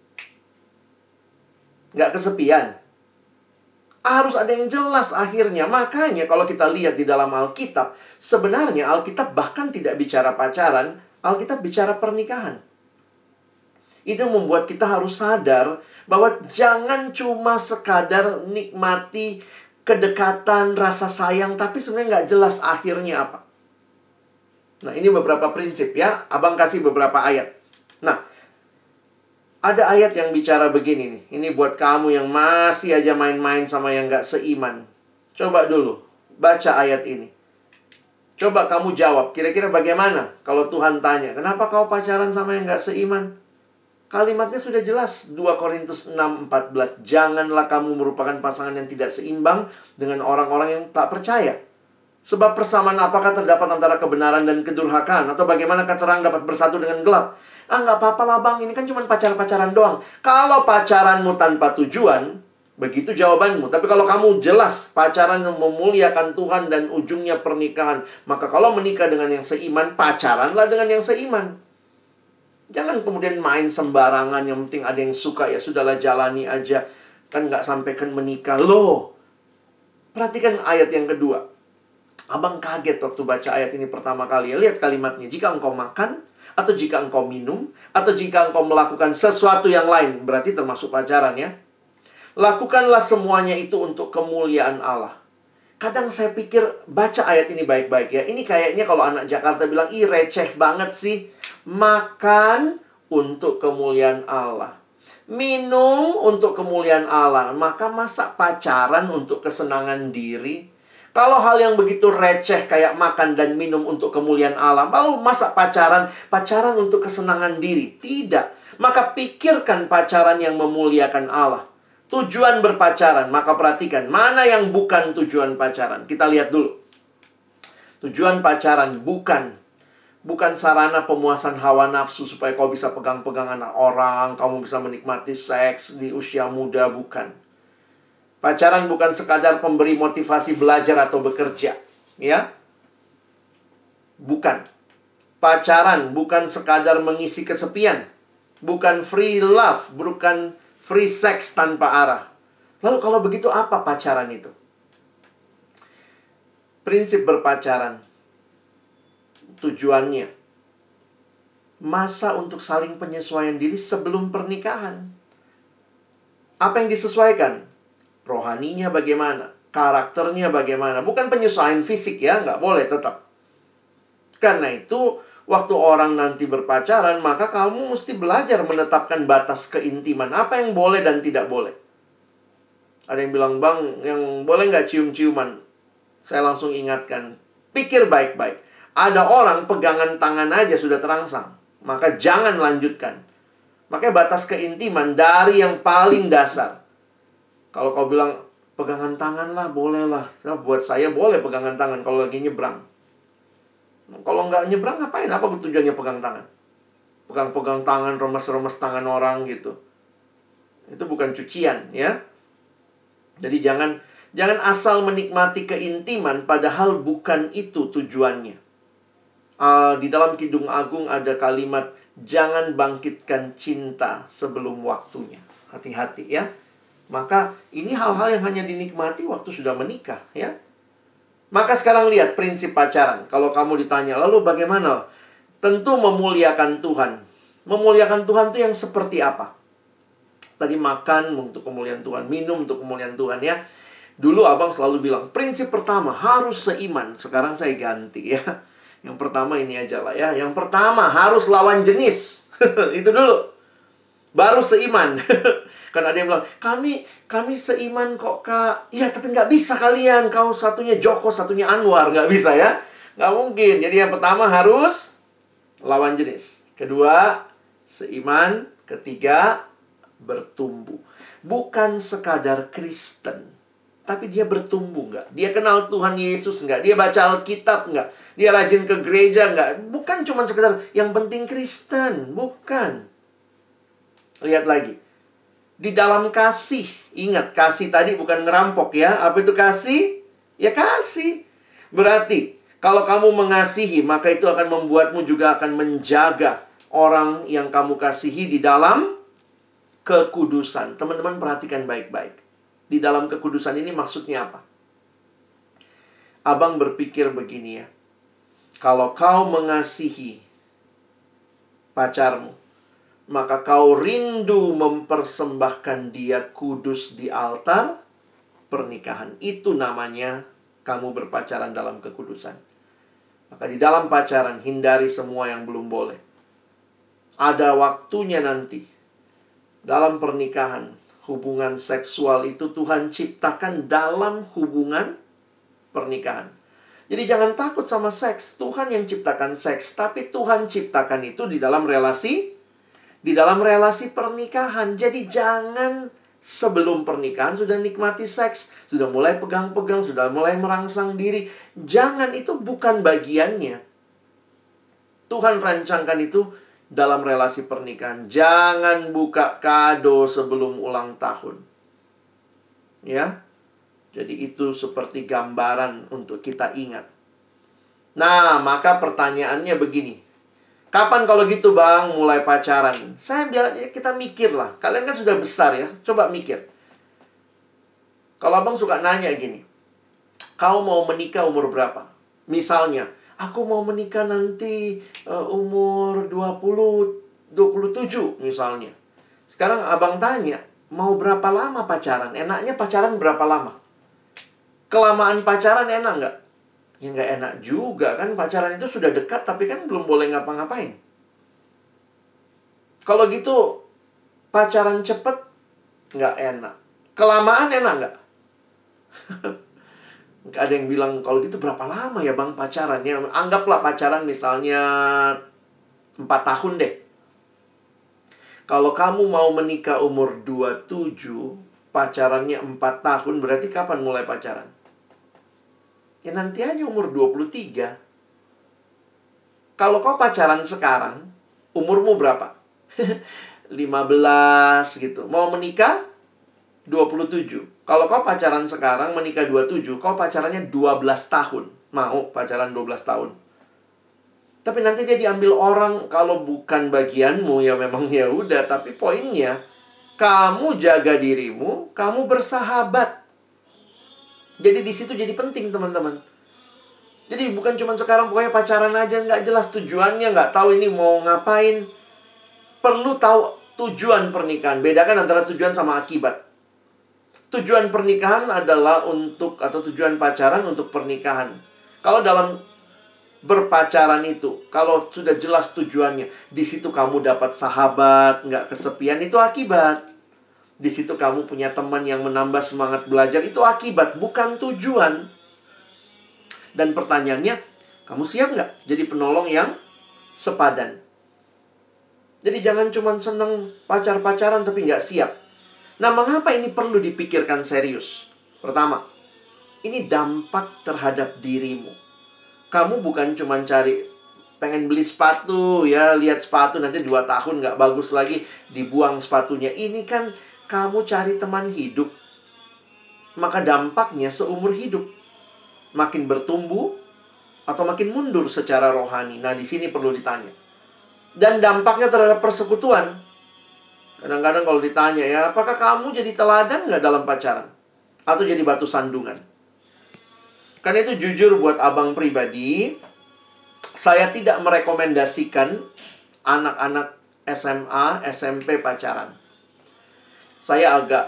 Nggak kesepian? Harus ada yang jelas akhirnya. Makanya kalau kita lihat di dalam Alkitab, sebenarnya Alkitab bahkan tidak bicara pacaran, Alkitab bicara pernikahan. Itu membuat kita harus sadar bahwa jangan cuma sekadar nikmati kedekatan, rasa sayang, tapi sebenarnya nggak jelas akhirnya apa. Nah, ini beberapa prinsip ya. Abang kasih beberapa ayat. Nah, ada ayat yang bicara begini nih. Ini buat kamu yang masih aja main-main sama yang gak seiman. Coba dulu, baca ayat ini. Coba kamu jawab, kira-kira bagaimana kalau Tuhan tanya, kenapa kau pacaran sama yang gak seiman? Kalimatnya sudah jelas, dua Korintus enam empat belas. Janganlah kamu merupakan pasangan yang tidak seimbang dengan orang-orang yang tak percaya. Sebab persamaan apakah terdapat antara kebenaran dan kedurhakaan? Atau bagaimana terang dapat bersatu dengan gelap? Ah, nggak apa-apa lah, Bang. Ini kan cuma pacar-pacaran doang. Kalau pacaranmu tanpa tujuan, begitu jawabanmu. Tapi kalau kamu jelas pacaran yang memuliakan Tuhan dan ujungnya pernikahan, maka kalau menikah dengan yang seiman, pacaranlah dengan yang seiman. Jangan kemudian main sembarangan. Yang penting ada yang suka, ya sudahlah jalani aja. Kan nggak sampai kan menikah. Loh, perhatikan ayat yang kedua. Abang kaget waktu baca ayat ini pertama kali ya. Lihat kalimatnya. Jika engkau makan, atau jika engkau minum, atau jika engkau melakukan sesuatu yang lain, berarti termasuk pacaran ya. Lakukanlah semuanya itu untuk kemuliaan Allah. Kadang saya pikir, baca ayat ini baik-baik ya. Ini kayaknya kalau anak Jakarta bilang, ih receh banget sih. Makan untuk kemuliaan Allah. Minum untuk kemuliaan Allah. Maka masa pacaran untuk kesenangan diri? Kalau hal yang begitu receh kayak makan dan minum untuk kemuliaan Allah, lalu masa pacaran? Pacaran untuk kesenangan diri? Tidak. Maka pikirkan pacaran yang memuliakan Allah. Tujuan berpacaran, maka perhatikan mana yang bukan tujuan pacaran. Kita lihat dulu. Tujuan pacaran bukan bukan sarana pemuasan hawa nafsu supaya kau bisa pegang-pegang anak orang, kamu bisa menikmati seks di usia muda, bukan. Pacaran bukan sekadar pemberi motivasi belajar atau bekerja, ya. Bukan. Pacaran bukan sekadar mengisi kesepian. Bukan free love, bukan free sex tanpa arah. Lalu kalau begitu apa pacaran itu? Prinsip berpacaran, tujuannya masa untuk saling penyesuaian diri sebelum pernikahan. Apa yang disesuaikan? Rohaninya bagaimana? Karakternya bagaimana? Bukan penyesuaian fisik ya, nggak boleh tetap. Karena itu, waktu orang nanti berpacaran, maka kamu mesti belajar menetapkan batas keintiman. Apa yang boleh dan tidak boleh. Ada yang bilang, bang, yang boleh nggak cium-ciuman? Saya langsung ingatkan, pikir baik-baik. Ada orang pegangan tangan aja sudah terangsang. Maka jangan lanjutkan. Makanya batas keintiman dari yang paling dasar. Kalau kau bilang, pegangan tangan lah, boleh lah. Nah, buat saya boleh pegangan tangan kalau lagi nyebrang. Kalau nggak nyebrang, ngapain? Apa tujuannya pegang tangan? Pegang-pegang tangan, remes-remes tangan orang gitu. Itu bukan cucian, ya. Jadi jangan jangan asal menikmati keintiman, padahal bukan itu tujuannya. Uh, di dalam Kidung Agung ada kalimat, jangan bangkitkan cinta sebelum waktunya. Hati-hati ya. Maka ini hal-hal yang hanya dinikmati waktu sudah menikah ya. Maka sekarang lihat prinsip pacaran. Kalau kamu ditanya, lalu bagaimana? Tentu memuliakan Tuhan. Memuliakan Tuhan itu yang seperti apa? Tadi makan untuk kemuliaan Tuhan, minum untuk kemuliaan Tuhan ya. Dulu abang selalu bilang, prinsip pertama harus seiman. Sekarang saya ganti ya. Yang pertama ini aja lah ya. Yang pertama harus lawan jenis. Itu dulu. Baru seiman. Karena ada yang bilang, kami kami seiman kok kak. Ya tapi nggak bisa kalian. Kau satunya Joko, satunya Anwar. Nggak bisa ya. Nggak mungkin. Jadi yang pertama harus lawan jenis. Kedua, seiman. Ketiga, bertumbuh. Bukan sekadar Kristen. Tapi dia bertumbuh nggak? Dia kenal Tuhan Yesus nggak? Dia baca Alkitab nggak? Dia rajin ke gereja nggak? Bukan cuma sekedar yang penting Kristen. Bukan. Lihat lagi. Di dalam kasih. Ingat, kasih tadi bukan ngerampok ya. Apa itu kasih? Ya kasih. Berarti, kalau kamu mengasihi, maka itu akan membuatmu juga akan menjaga orang yang kamu kasihi di dalam kekudusan. Teman-teman perhatikan baik-baik. Di dalam kekudusan ini maksudnya apa? Abang berpikir begini ya. Kalau kau mengasihi pacarmu, maka kau rindu mempersembahkan dia kudus di altar pernikahan. Itu namanya kamu berpacaran dalam kekudusan. Maka di dalam pacaran hindari semua yang belum boleh. Ada waktunya nanti. Dalam pernikahan, hubungan seksual itu Tuhan ciptakan dalam hubungan pernikahan. Jadi jangan takut sama seks. Tuhan yang ciptakan seks. Tapi Tuhan ciptakan itu di dalam relasi. Di dalam relasi pernikahan. Jadi jangan sebelum pernikahan sudah nikmati seks. Sudah mulai pegang-pegang. Sudah mulai merangsang diri. Jangan, itu bukan bagiannya. Tuhan rancangkan itu dalam relasi pernikahan. Jangan buka kado sebelum ulang tahun. Ya. Jadi itu seperti gambaran untuk kita ingat. Nah, maka pertanyaannya begini. Kapan kalau gitu bang mulai pacaran? Saya bilang, ya kita mikir lah. Kalian kan sudah besar ya. Coba mikir. Kalau abang suka nanya gini. Kau mau menikah umur berapa? Misalnya, aku mau menikah nanti uh, umur dua puluh, dua puluh tujuh misalnya. Sekarang abang tanya, mau berapa lama pacaran? Enaknya pacaran berapa lama? Kelamaan pacaran enak nggak? Ya nggak enak juga kan. Pacaran itu sudah dekat tapi kan belum boleh ngapa-ngapain. Kalau gitu pacaran cepet nggak enak. Kelamaan enak nggak? Ada yang bilang, kalau gitu berapa lama ya bang pacaran? Ya, anggaplah pacaran misalnya empat tahun deh. Kalau kamu mau menikah umur dua puluh tujuh, pacarannya empat tahun, berarti kapan mulai pacaran? Ya nanti aja umur dua puluh tiga. Kalau kau pacaran sekarang, umurmu berapa? lima belas gitu. Mau menikah? dua puluh tujuh. Kalau kau pacaran sekarang, menikah dua puluh tujuh, kau pacarannya dua belas tahun. Mau pacaran dua belas tahun. Tapi nanti dia diambil orang. Kalau bukan bagianmu ya memang ya udah. Tapi poinnya, kamu jaga dirimu, kamu bersahabat. Jadi di situ jadi penting teman-teman. Jadi bukan cuma sekarang pokoknya pacaran aja, nggak jelas tujuannya, nggak tahu ini mau ngapain. Perlu tahu tujuan pernikahan. Bedakan antara tujuan sama akibat. Tujuan pernikahan adalah untuk, atau tujuan pacaran untuk pernikahan. Kalau dalam berpacaran itu, kalau sudah jelas tujuannya, di situ kamu dapat sahabat, nggak kesepian, itu akibat. Di situ kamu punya teman yang menambah semangat belajar, itu akibat, bukan tujuan. Dan pertanyaannya, kamu siap nggak jadi penolong yang sepadan? Jadi jangan cuma seneng pacar-pacaran tapi nggak siap. Nah, mengapa ini perlu dipikirkan serius? Pertama, ini dampak terhadap dirimu. Kamu bukan cuma cari, pengen beli sepatu, ya, lihat sepatu nanti dua tahun nggak bagus lagi, dibuang sepatunya. Ini kan kamu cari teman hidup. Maka dampaknya seumur hidup. Makin bertumbuh atau makin mundur secara rohani. Nah, di sini perlu ditanya. Dan dampaknya terhadap persekutuan. Kadang-kadang kalau ditanya ya, apakah kamu jadi teladan nggak dalam pacaran? Atau jadi batu sandungan? Karena itu jujur buat abang pribadi, saya tidak merekomendasikan anak-anak S M A, S M P pacaran. Saya agak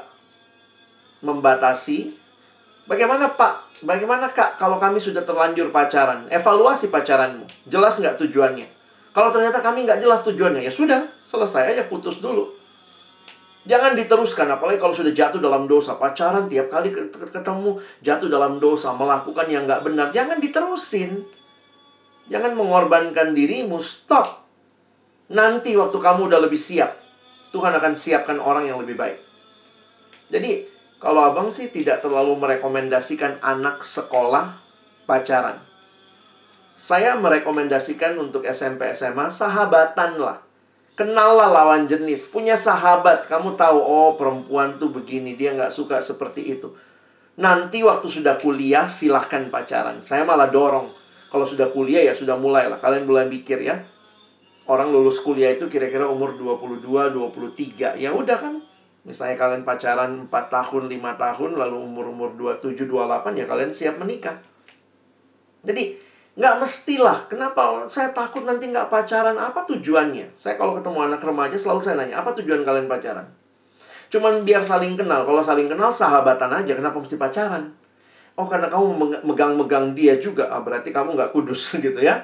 membatasi. Bagaimana Pak? Bagaimana Kak kalau kami sudah terlanjur pacaran? Evaluasi pacaranmu. Jelas nggak tujuannya? Kalau ternyata kami nggak jelas tujuannya, ya sudah, selesai aja, putus dulu. Jangan diteruskan, apalagi kalau sudah jatuh dalam dosa. Pacaran tiap kali ketemu, jatuh dalam dosa, melakukan yang nggak benar. Jangan diterusin. Jangan mengorbankan dirimu, stop. Nanti waktu kamu udah lebih siap, Tuhan akan siapkan orang yang lebih baik. Jadi, kalau abang sih tidak terlalu merekomendasikan anak sekolah pacaran. Saya merekomendasikan untuk S M P S M A, sahabatan lah. Kenallah lawan jenis, punya sahabat. Kamu tahu, oh perempuan tuh begini, dia nggak suka seperti itu. Nanti waktu sudah kuliah, silahkan pacaran. Saya malah dorong. Kalau sudah kuliah ya sudah mulailah. Kalian mulai pikir ya. Orang lulus kuliah itu kira-kira umur dua puluh dua, dua puluh tiga. Ya udah kan. Misalnya kalian pacaran empat tahun, lima tahun, lalu umur-umur dua puluh tujuh, dua puluh delapan, ya kalian siap menikah. Jadi, nggak mestilah. Kenapa? Saya takut nanti nggak pacaran. Apa tujuannya? Saya kalau ketemu anak remaja selalu saya nanya, apa tujuan kalian pacaran? Cuman biar saling kenal. Kalau saling kenal, sahabatan aja. Kenapa mesti pacaran? Oh, karena kamu megang-megang dia juga. Ah, berarti kamu nggak kudus gitu ya.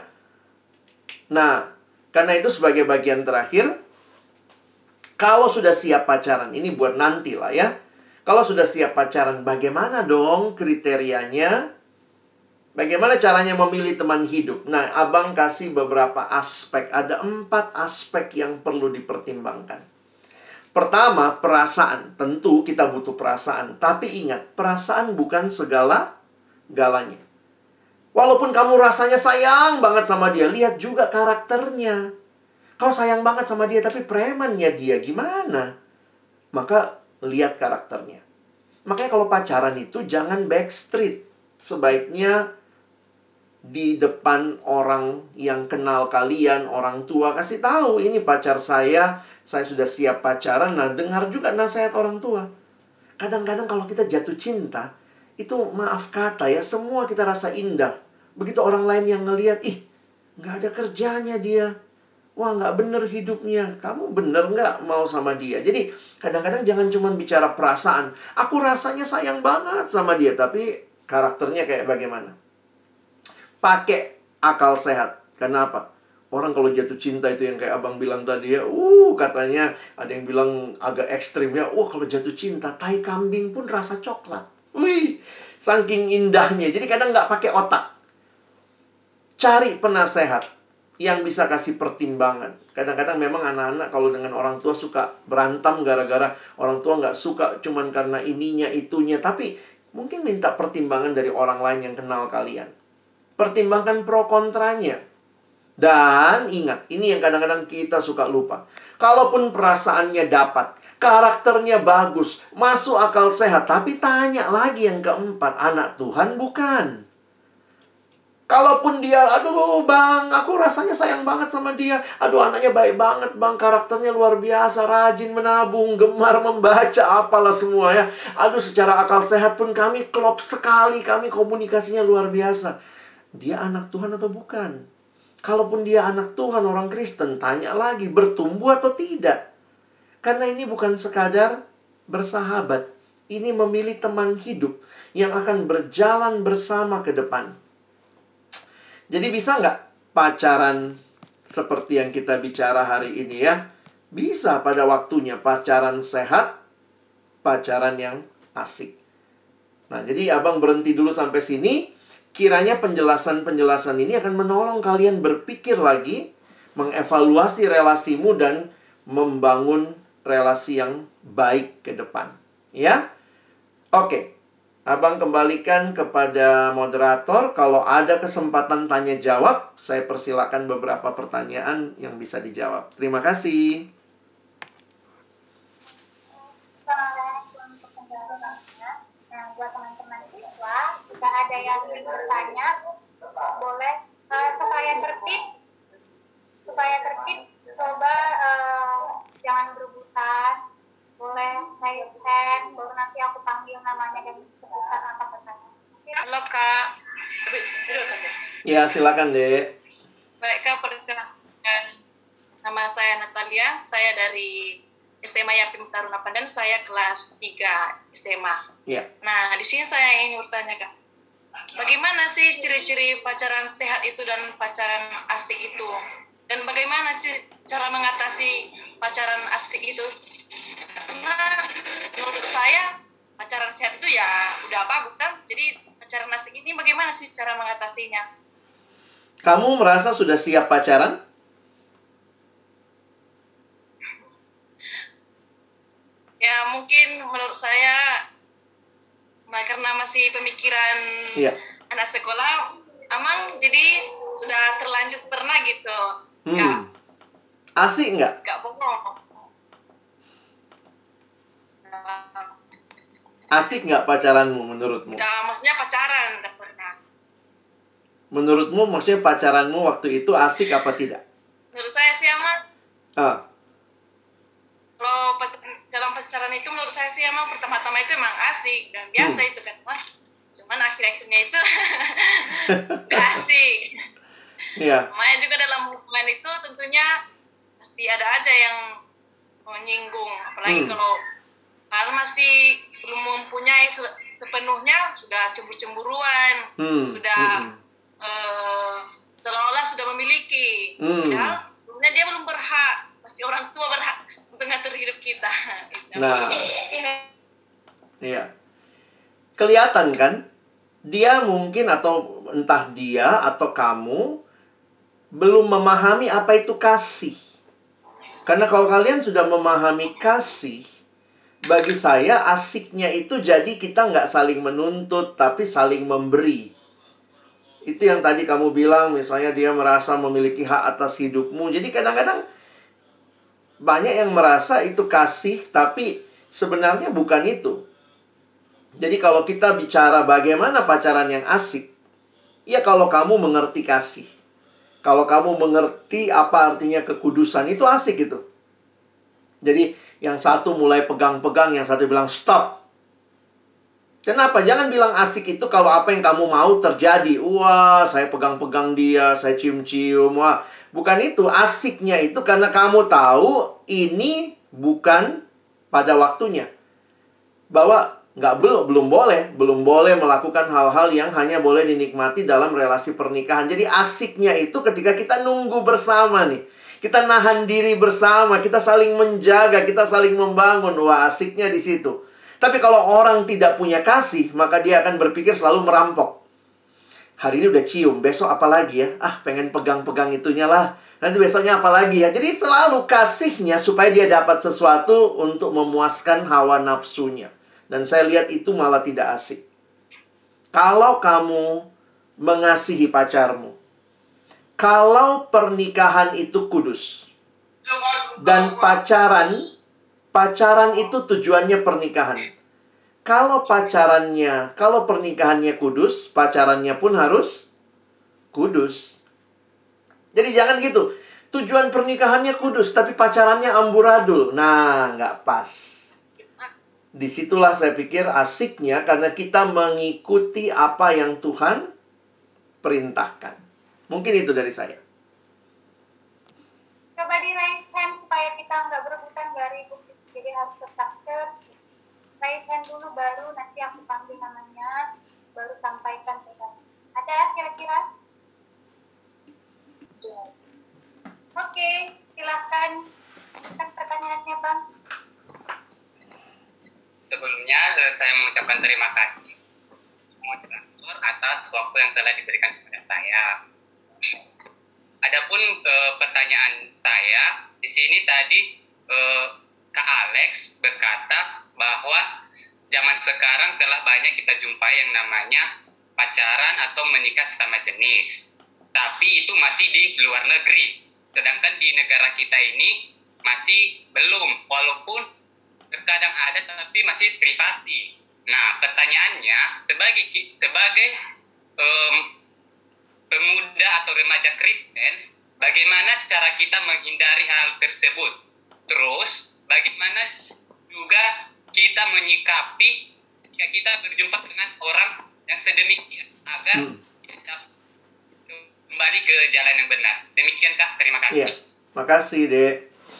Nah, karena itu sebagai bagian terakhir, kalau sudah siap pacaran, ini buat nanti lah ya. Kalau sudah siap pacaran, bagaimana dong kriterianya? Bagaimana caranya memilih teman hidup? Nah, abang kasih beberapa aspek. Ada empat aspek yang perlu dipertimbangkan. Pertama, perasaan. Tentu kita butuh perasaan. Tapi ingat, perasaan bukan segala-galanya. Walaupun kamu rasanya sayang banget sama dia, lihat juga karakternya. Kau sayang banget sama dia, tapi premannya dia gimana? Maka lihat karakternya. Makanya kalau pacaran itu jangan backstreet. Sebaiknya di depan orang yang kenal kalian, orang tua, kasih tahu, ini pacar saya, saya sudah siap pacaran. Nah, dengar juga nasihat orang tua. Kadang-kadang kalau kita jatuh cinta, itu maaf kata ya, semua kita rasa indah. Begitu orang lain yang ngelihat, ih, nggak ada kerjanya dia. Wah, nggak bener hidupnya. Kamu bener nggak mau sama dia? Jadi, kadang-kadang jangan cuma bicara perasaan. Aku rasanya sayang banget sama dia, tapi karakternya kayak bagaimana? Pakai akal sehat. Kenapa? Orang kalau jatuh cinta itu yang kayak abang bilang tadi ya, uh katanya ada yang bilang agak ekstrim ya. Wah, kalau jatuh cinta, tai kambing pun rasa coklat. Wih, saking indahnya. Jadi kadang nggak pakai otak. Cari penasehat yang bisa kasih pertimbangan. Kadang-kadang memang anak-anak kalau dengan orang tua suka berantem gara-gara orang tua nggak suka cuman karena ininya, itunya. Tapi mungkin minta pertimbangan dari orang lain yang kenal kalian. Pertimbangkan pro kontranya. Dan ingat, ini yang kadang-kadang kita suka lupa. Kalaupun perasaannya dapat, karakternya bagus, masuk akal sehat, tapi tanya lagi yang keempat, anak Tuhan bukan? Kalaupun dia, aduh bang, aku rasanya sayang banget sama dia. Aduh anaknya baik banget bang, karakternya luar biasa, rajin menabung, gemar membaca, apalah semua ya. Aduh secara akal sehat pun kami klop sekali, kami komunikasinya luar biasa. Dia anak Tuhan atau bukan? Kalaupun dia anak Tuhan, orang Kristen, tanya lagi, bertumbuh atau tidak? Karena ini bukan sekadar bersahabat. Ini memilih teman hidup yang akan berjalan bersama ke depan. Jadi bisa nggak pacaran seperti yang kita bicara hari ini ya? Bisa pada waktunya, pacaran sehat, pacaran yang asik. Nah, jadi abang berhenti dulu sampai sini. Kiranya penjelasan-penjelasan ini akan menolong kalian berpikir lagi, mengevaluasi relasimu dan membangun relasi yang baik ke depan. Ya? Oke. Abang kembalikan kepada moderator. Kalau ada kesempatan tanya jawab, saya persilakan beberapa pertanyaan yang bisa dijawab. Terima kasih. Assalamualaikum warahmatullahi wabarakatuh. Nah, buat teman-teman siswa, jika ada yang ingin bertanya, boleh uh, supaya tertib, supaya tertib, coba uh, jangan berebutan. Boleh raise hand, baru nanti aku panggil namanya dan sebutkan apa pertanyaan. Halo Kak. Ya, silakan Dek. Baik Kak, perkenalkan nama saya Natalia. Saya dari S M A Yapim Taruna Pandan, saya kelas tiga S M A. Ya. Nah, di sini saya ingin bertanya Kak. Bagaimana sih ciri-ciri pacaran sehat itu dan pacaran asik itu? Dan bagaimana sih cara mengatasi pacaran asik itu? Karena menurut saya pacaran sehat itu ya udah bagus kan. Jadi pacaran asik ini bagaimana sih cara mengatasinya? Kamu merasa sudah siap pacaran? Ya mungkin menurut saya nah, karena masih pemikiran Iya. anak sekolah, emang jadi sudah terlanjur pernah gitu. Hmm. Nggak, Asik nggak? nggak bohong. Asik nggak pacaranmu menurutmu? Udah maksudnya pacaran udah pernah. Menurutmu maksudnya pacaranmu waktu itu asik apa tidak? Menurut saya sih emang Ah, kalau pas dalam pacaran itu menurut saya sih emang pertama-tama itu emang asik dan biasa Hmm. itu kan. Wah, cuman akhir-akhirnya itu nggak asik. iya. Makanya juga dalam hubungan itu tentunya pasti ada aja yang menyinggung, apalagi Hmm. kalau karena masih belum mempunyai se- sepenuhnya sudah cemburu-cemburuan, Hmm. sudah Hmm. eh, seolah-olah sudah memiliki, Hmm. padahal sebenarnya dia belum berhak, pasti orang tua berhak untuk ngatur hidup kita. Nah. Iya. Kelihatan kan? Dia mungkin atau entah dia atau kamu belum memahami apa itu kasih. Karena kalau kalian sudah memahami kasih, bagi saya asiknya itu jadi kita nggak saling menuntut, tapi saling memberi. Itu yang tadi kamu bilang, misalnya dia merasa memiliki hak atas hidupmu. Jadi kadang-kadang banyak yang merasa itu kasih, tapi sebenarnya bukan itu. Jadi kalau kita bicara bagaimana pacaran yang asik, ya kalau kamu mengerti kasih. Kalau kamu mengerti apa artinya kekudusan, itu asik gitu. Jadi yang satu mulai pegang-pegang, yang satu bilang stop. Kenapa? Jangan bilang asik itu kalau apa yang kamu mau terjadi. Wah, saya pegang-pegang dia, saya cium-cium. Wah, bukan itu. Asiknya itu karena kamu tahu ini bukan pada waktunya. Bahwa nggak belum belum boleh, belum boleh melakukan hal-hal yang hanya boleh dinikmati dalam relasi pernikahan. Jadi asiknya itu ketika kita nunggu bersama nih. Kita nahan diri bersama, kita saling menjaga, kita saling membangun. Wah, asiknya di situ. Tapi kalau orang tidak punya kasih, maka dia akan berpikir selalu merampok. Hari ini udah cium, besok apa lagi ya? Ah, pengen pegang-pegang itunya lah. Nanti besoknya apa lagi ya? Jadi selalu kasihnya supaya dia dapat sesuatu untuk memuaskan hawa nafsunya. Dan saya lihat itu malah tidak asik. Kalau kamu mengasihi pacarmu, kalau pernikahan itu kudus, dan pacaran, pacaran itu tujuannya pernikahan. Kalau pacarannya, kalau pernikahannya kudus, pacarannya pun harus kudus. Jadi jangan gitu. Tujuan pernikahannya kudus, tapi pacarannya amburadul. Nah, nggak pas. Disitulah saya pikir asiknya karena kita mengikuti apa yang Tuhan perintahkan. Mungkin itu dari saya. Coba di raise hand supaya kita nggak berebutan, nggak ribut. Jadi harus tetap tertib. Raise hand dulu, baru nanti aku panggil namanya, baru sampaikan pesan. Ada kira-kira? Oke, silakan. Kan pertanyaannya, Bang. Sebelumnya saya mengucapkan terima kasih moderator atas waktu yang telah diberikan kepada saya. Adapun eh, pertanyaan saya di sini tadi eh, Kak Alex berkata bahwa zaman sekarang telah banyak kita jumpai yang namanya pacaran atau menikah sesama jenis. Tapi itu masih di luar negeri. Sedangkan di negara kita ini masih belum, walaupun terkadang ada tapi masih privasi. Nah, pertanyaannya sebagai sebagai um, pemuda atau remaja Kristen, bagaimana cara kita menghindari hal tersebut? Terus, bagaimana juga kita menyikapi jika kita berjumpa dengan orang yang sedemikian agar hmm. kita kembali ke jalan yang benar. Demikian, Kak. Terima kasih. Iya, makasih, Dek.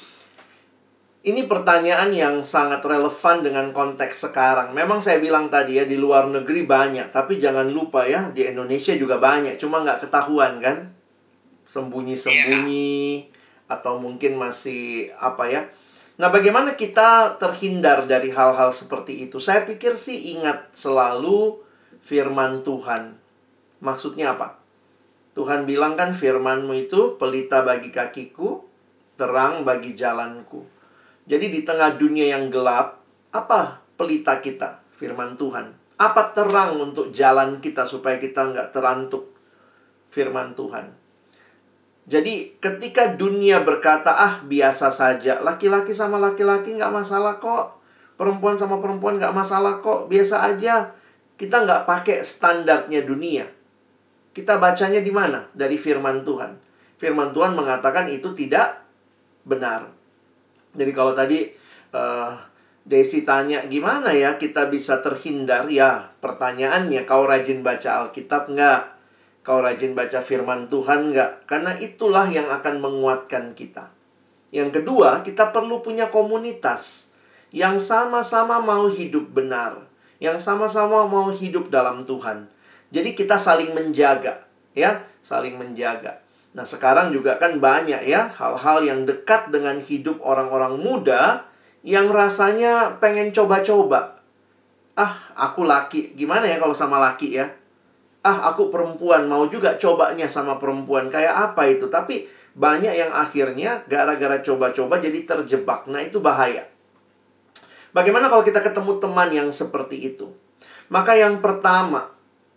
Ini pertanyaan yang sangat relevan dengan konteks sekarang. Memang saya bilang tadi ya, di luar negeri banyak. Tapi jangan lupa ya, di Indonesia juga banyak. Cuma nggak ketahuan kan? Sembunyi-sembunyi. Atau mungkin masih apa ya. Nah, bagaimana kita terhindar dari hal-hal seperti itu? Saya pikir sih ingat selalu firman Tuhan. Maksudnya apa? Tuhan bilang kan firman-Mu itu pelita bagi kakiku, terang bagi jalanku. Jadi di tengah dunia yang gelap, apa pelita kita? Firman Tuhan. Apa terang untuk jalan kita supaya kita nggak terantuk? Firman Tuhan. Jadi ketika dunia berkata, ah biasa saja, laki-laki sama laki-laki nggak masalah kok, perempuan sama perempuan nggak masalah kok, biasa aja. Kita nggak pakai standarnya dunia. Kita bacanya di mana? Dari firman Tuhan. Firman Tuhan mengatakan itu tidak benar. Jadi kalau tadi uh, Desi tanya, gimana ya kita bisa terhindar? Ya, pertanyaannya, kau rajin baca Alkitab nggak? Kau rajin baca firman Tuhan nggak? Karena itulah yang akan menguatkan kita. Yang kedua, kita perlu punya komunitas yang sama-sama mau hidup benar, yang sama-sama mau hidup dalam Tuhan. Jadi kita saling menjaga, ya, saling menjaga. Nah, sekarang juga kan banyak ya hal-hal yang dekat dengan hidup orang-orang muda yang rasanya pengen coba-coba. Ah, aku laki, gimana ya kalau sama laki ya? Ah, aku perempuan, mau juga cobanya sama perempuan. Kayak apa itu? Tapi banyak yang akhirnya gara-gara coba-coba jadi terjebak. Nah, itu bahaya. Bagaimana kalau kita ketemu teman yang seperti itu? Maka yang pertama,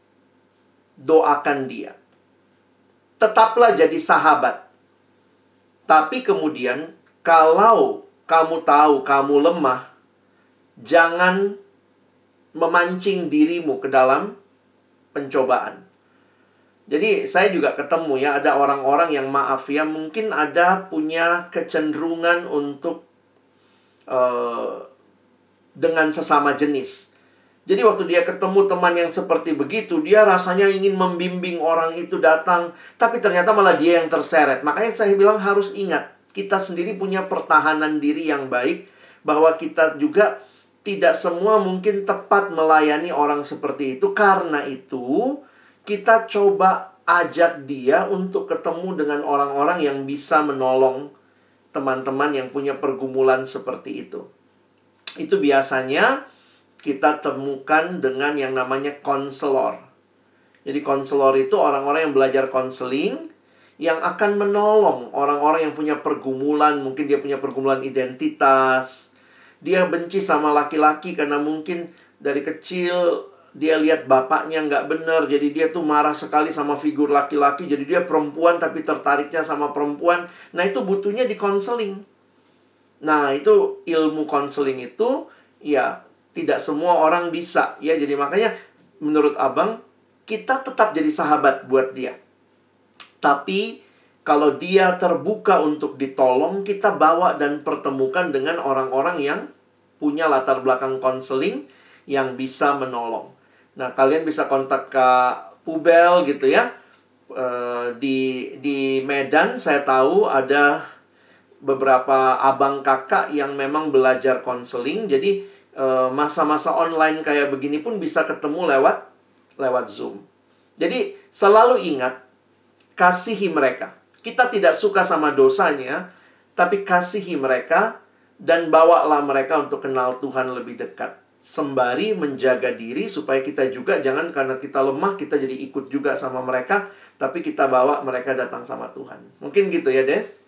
doakan dia. Tetaplah jadi sahabat. Tapi kemudian, kalau kamu tahu kamu lemah, jangan memancing dirimu ke dalam pencobaan. Jadi, saya juga ketemu ya, ada orang-orang yang maaf ya, mungkin ada punya kecenderungan untuk uh, dengan sesama jenis. Jadi waktu dia ketemu teman yang seperti begitu, dia rasanya ingin membimbing orang itu datang, tapi ternyata malah dia yang terseret. Makanya saya bilang harus ingat, kita sendiri punya pertahanan diri yang baik, bahwa kita juga tidak semua mungkin tepat melayani orang seperti itu. Karena itu, kita coba ajak dia untuk ketemu dengan orang-orang yang bisa menolong teman-teman yang punya pergumulan seperti itu. Itu biasanya kita temukan dengan yang namanya konselor. Jadi konselor itu orang-orang yang belajar konseling, yang akan menolong orang-orang yang punya pergumulan. Mungkin dia punya pergumulan identitas, dia benci sama laki-laki karena mungkin dari kecil dia lihat bapaknya nggak benar, jadi dia tuh marah sekali sama figur laki-laki. Jadi dia perempuan tapi tertariknya sama perempuan. Nah, itu butuhnya di konseling. Nah, itu ilmu konseling itu ya tidak semua orang bisa ya. Jadi makanya menurut Abang, kita tetap jadi sahabat buat dia. Tapi kalau dia terbuka untuk ditolong, kita bawa dan pertemukan dengan orang-orang yang punya latar belakang konseling yang bisa menolong. Nah, kalian bisa kontak Kak Pubel gitu ya. Uh, di di Medan saya tahu ada beberapa abang kakak yang memang belajar konseling. Jadi uh, masa-masa online kayak begini pun bisa ketemu lewat lewat Zoom. Jadi selalu ingat, kasihi mereka. Kita tidak suka sama dosanya, tapi kasihi mereka dan bawalah mereka untuk kenal Tuhan lebih dekat. Sembari menjaga diri supaya kita juga jangan karena kita lemah kita jadi ikut juga sama mereka, tapi kita bawa mereka datang sama Tuhan. Mungkin gitu ya, Des?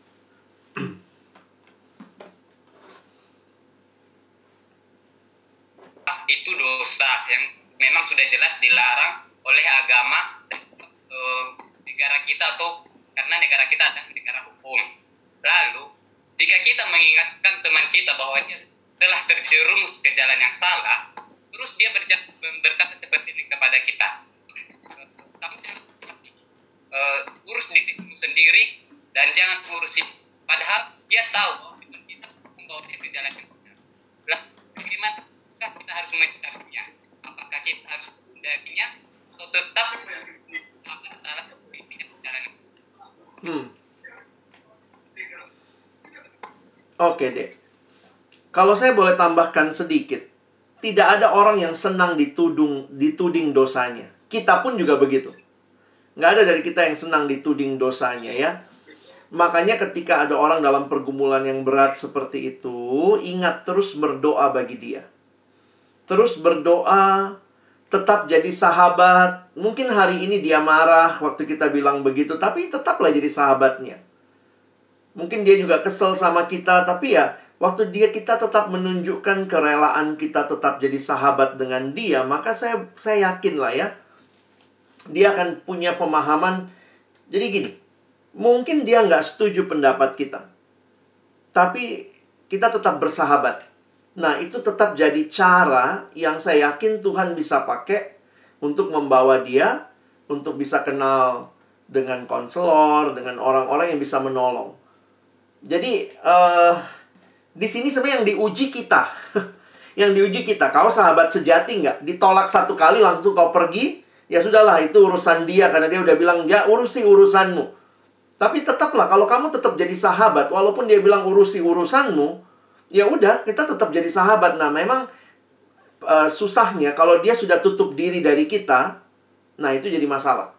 Itu dosa yang memang sudah jelas dilarang oleh agama uh, negara kita, atau karena negara kita adalah negara hukum. Lalu, jika kita mengingatkan teman kita bahwa dia telah terjerumus ke jalan yang salah, terus dia berja- berkata seperti ini kepada kita, kamu jangan uh, urus dirimu sendiri dan jangan urusi. Padahal dia tahu bahwa Tuhan kita membawa dia ke jalan yang benar. Lah, bagaimana kita harus mencarinya? Apakah kita harus mendakinya atau tetap salah politiknya jalan yang Hmm. Oke deh. Kalau saya boleh tambahkan sedikit, tidak ada orang yang senang dituding, dituding dosanya. Kita pun juga begitu. Nggak ada dari kita yang senang dituding dosanya ya. Makanya ketika ada orang dalam pergumulan yang berat seperti itu, ingat terus berdoa bagi dia. Terus berdoa, tetap jadi sahabat. Mungkin hari ini dia marah waktu kita bilang begitu, tapi tetaplah jadi sahabatnya. Mungkin dia juga kesel sama kita, tapi ya waktu dia kita tetap menunjukkan kerelaan kita tetap jadi sahabat dengan dia, maka saya saya yakin lah ya, dia akan punya pemahaman. Jadi gini, mungkin dia nggak setuju pendapat kita, tapi kita tetap bersahabat. Nah, itu tetap jadi cara yang saya yakin Tuhan bisa pakai untuk membawa dia untuk bisa kenal dengan konselor, dengan orang-orang yang bisa menolong. Jadi, uh, di sini sebenarnya yang diuji kita. Yang diuji kita, kau sahabat sejati nggak? Ditolak satu kali langsung kau pergi, ya sudahlah, itu urusan dia. Karena dia udah bilang, ya urusi urusanmu. Tapi tetaplah, kalau kamu tetap jadi sahabat, walaupun dia bilang urusi urusanmu, ya udah, kita tetap jadi sahabat. Nah, memang uh, susahnya kalau dia sudah tutup diri dari kita, nah itu jadi masalah.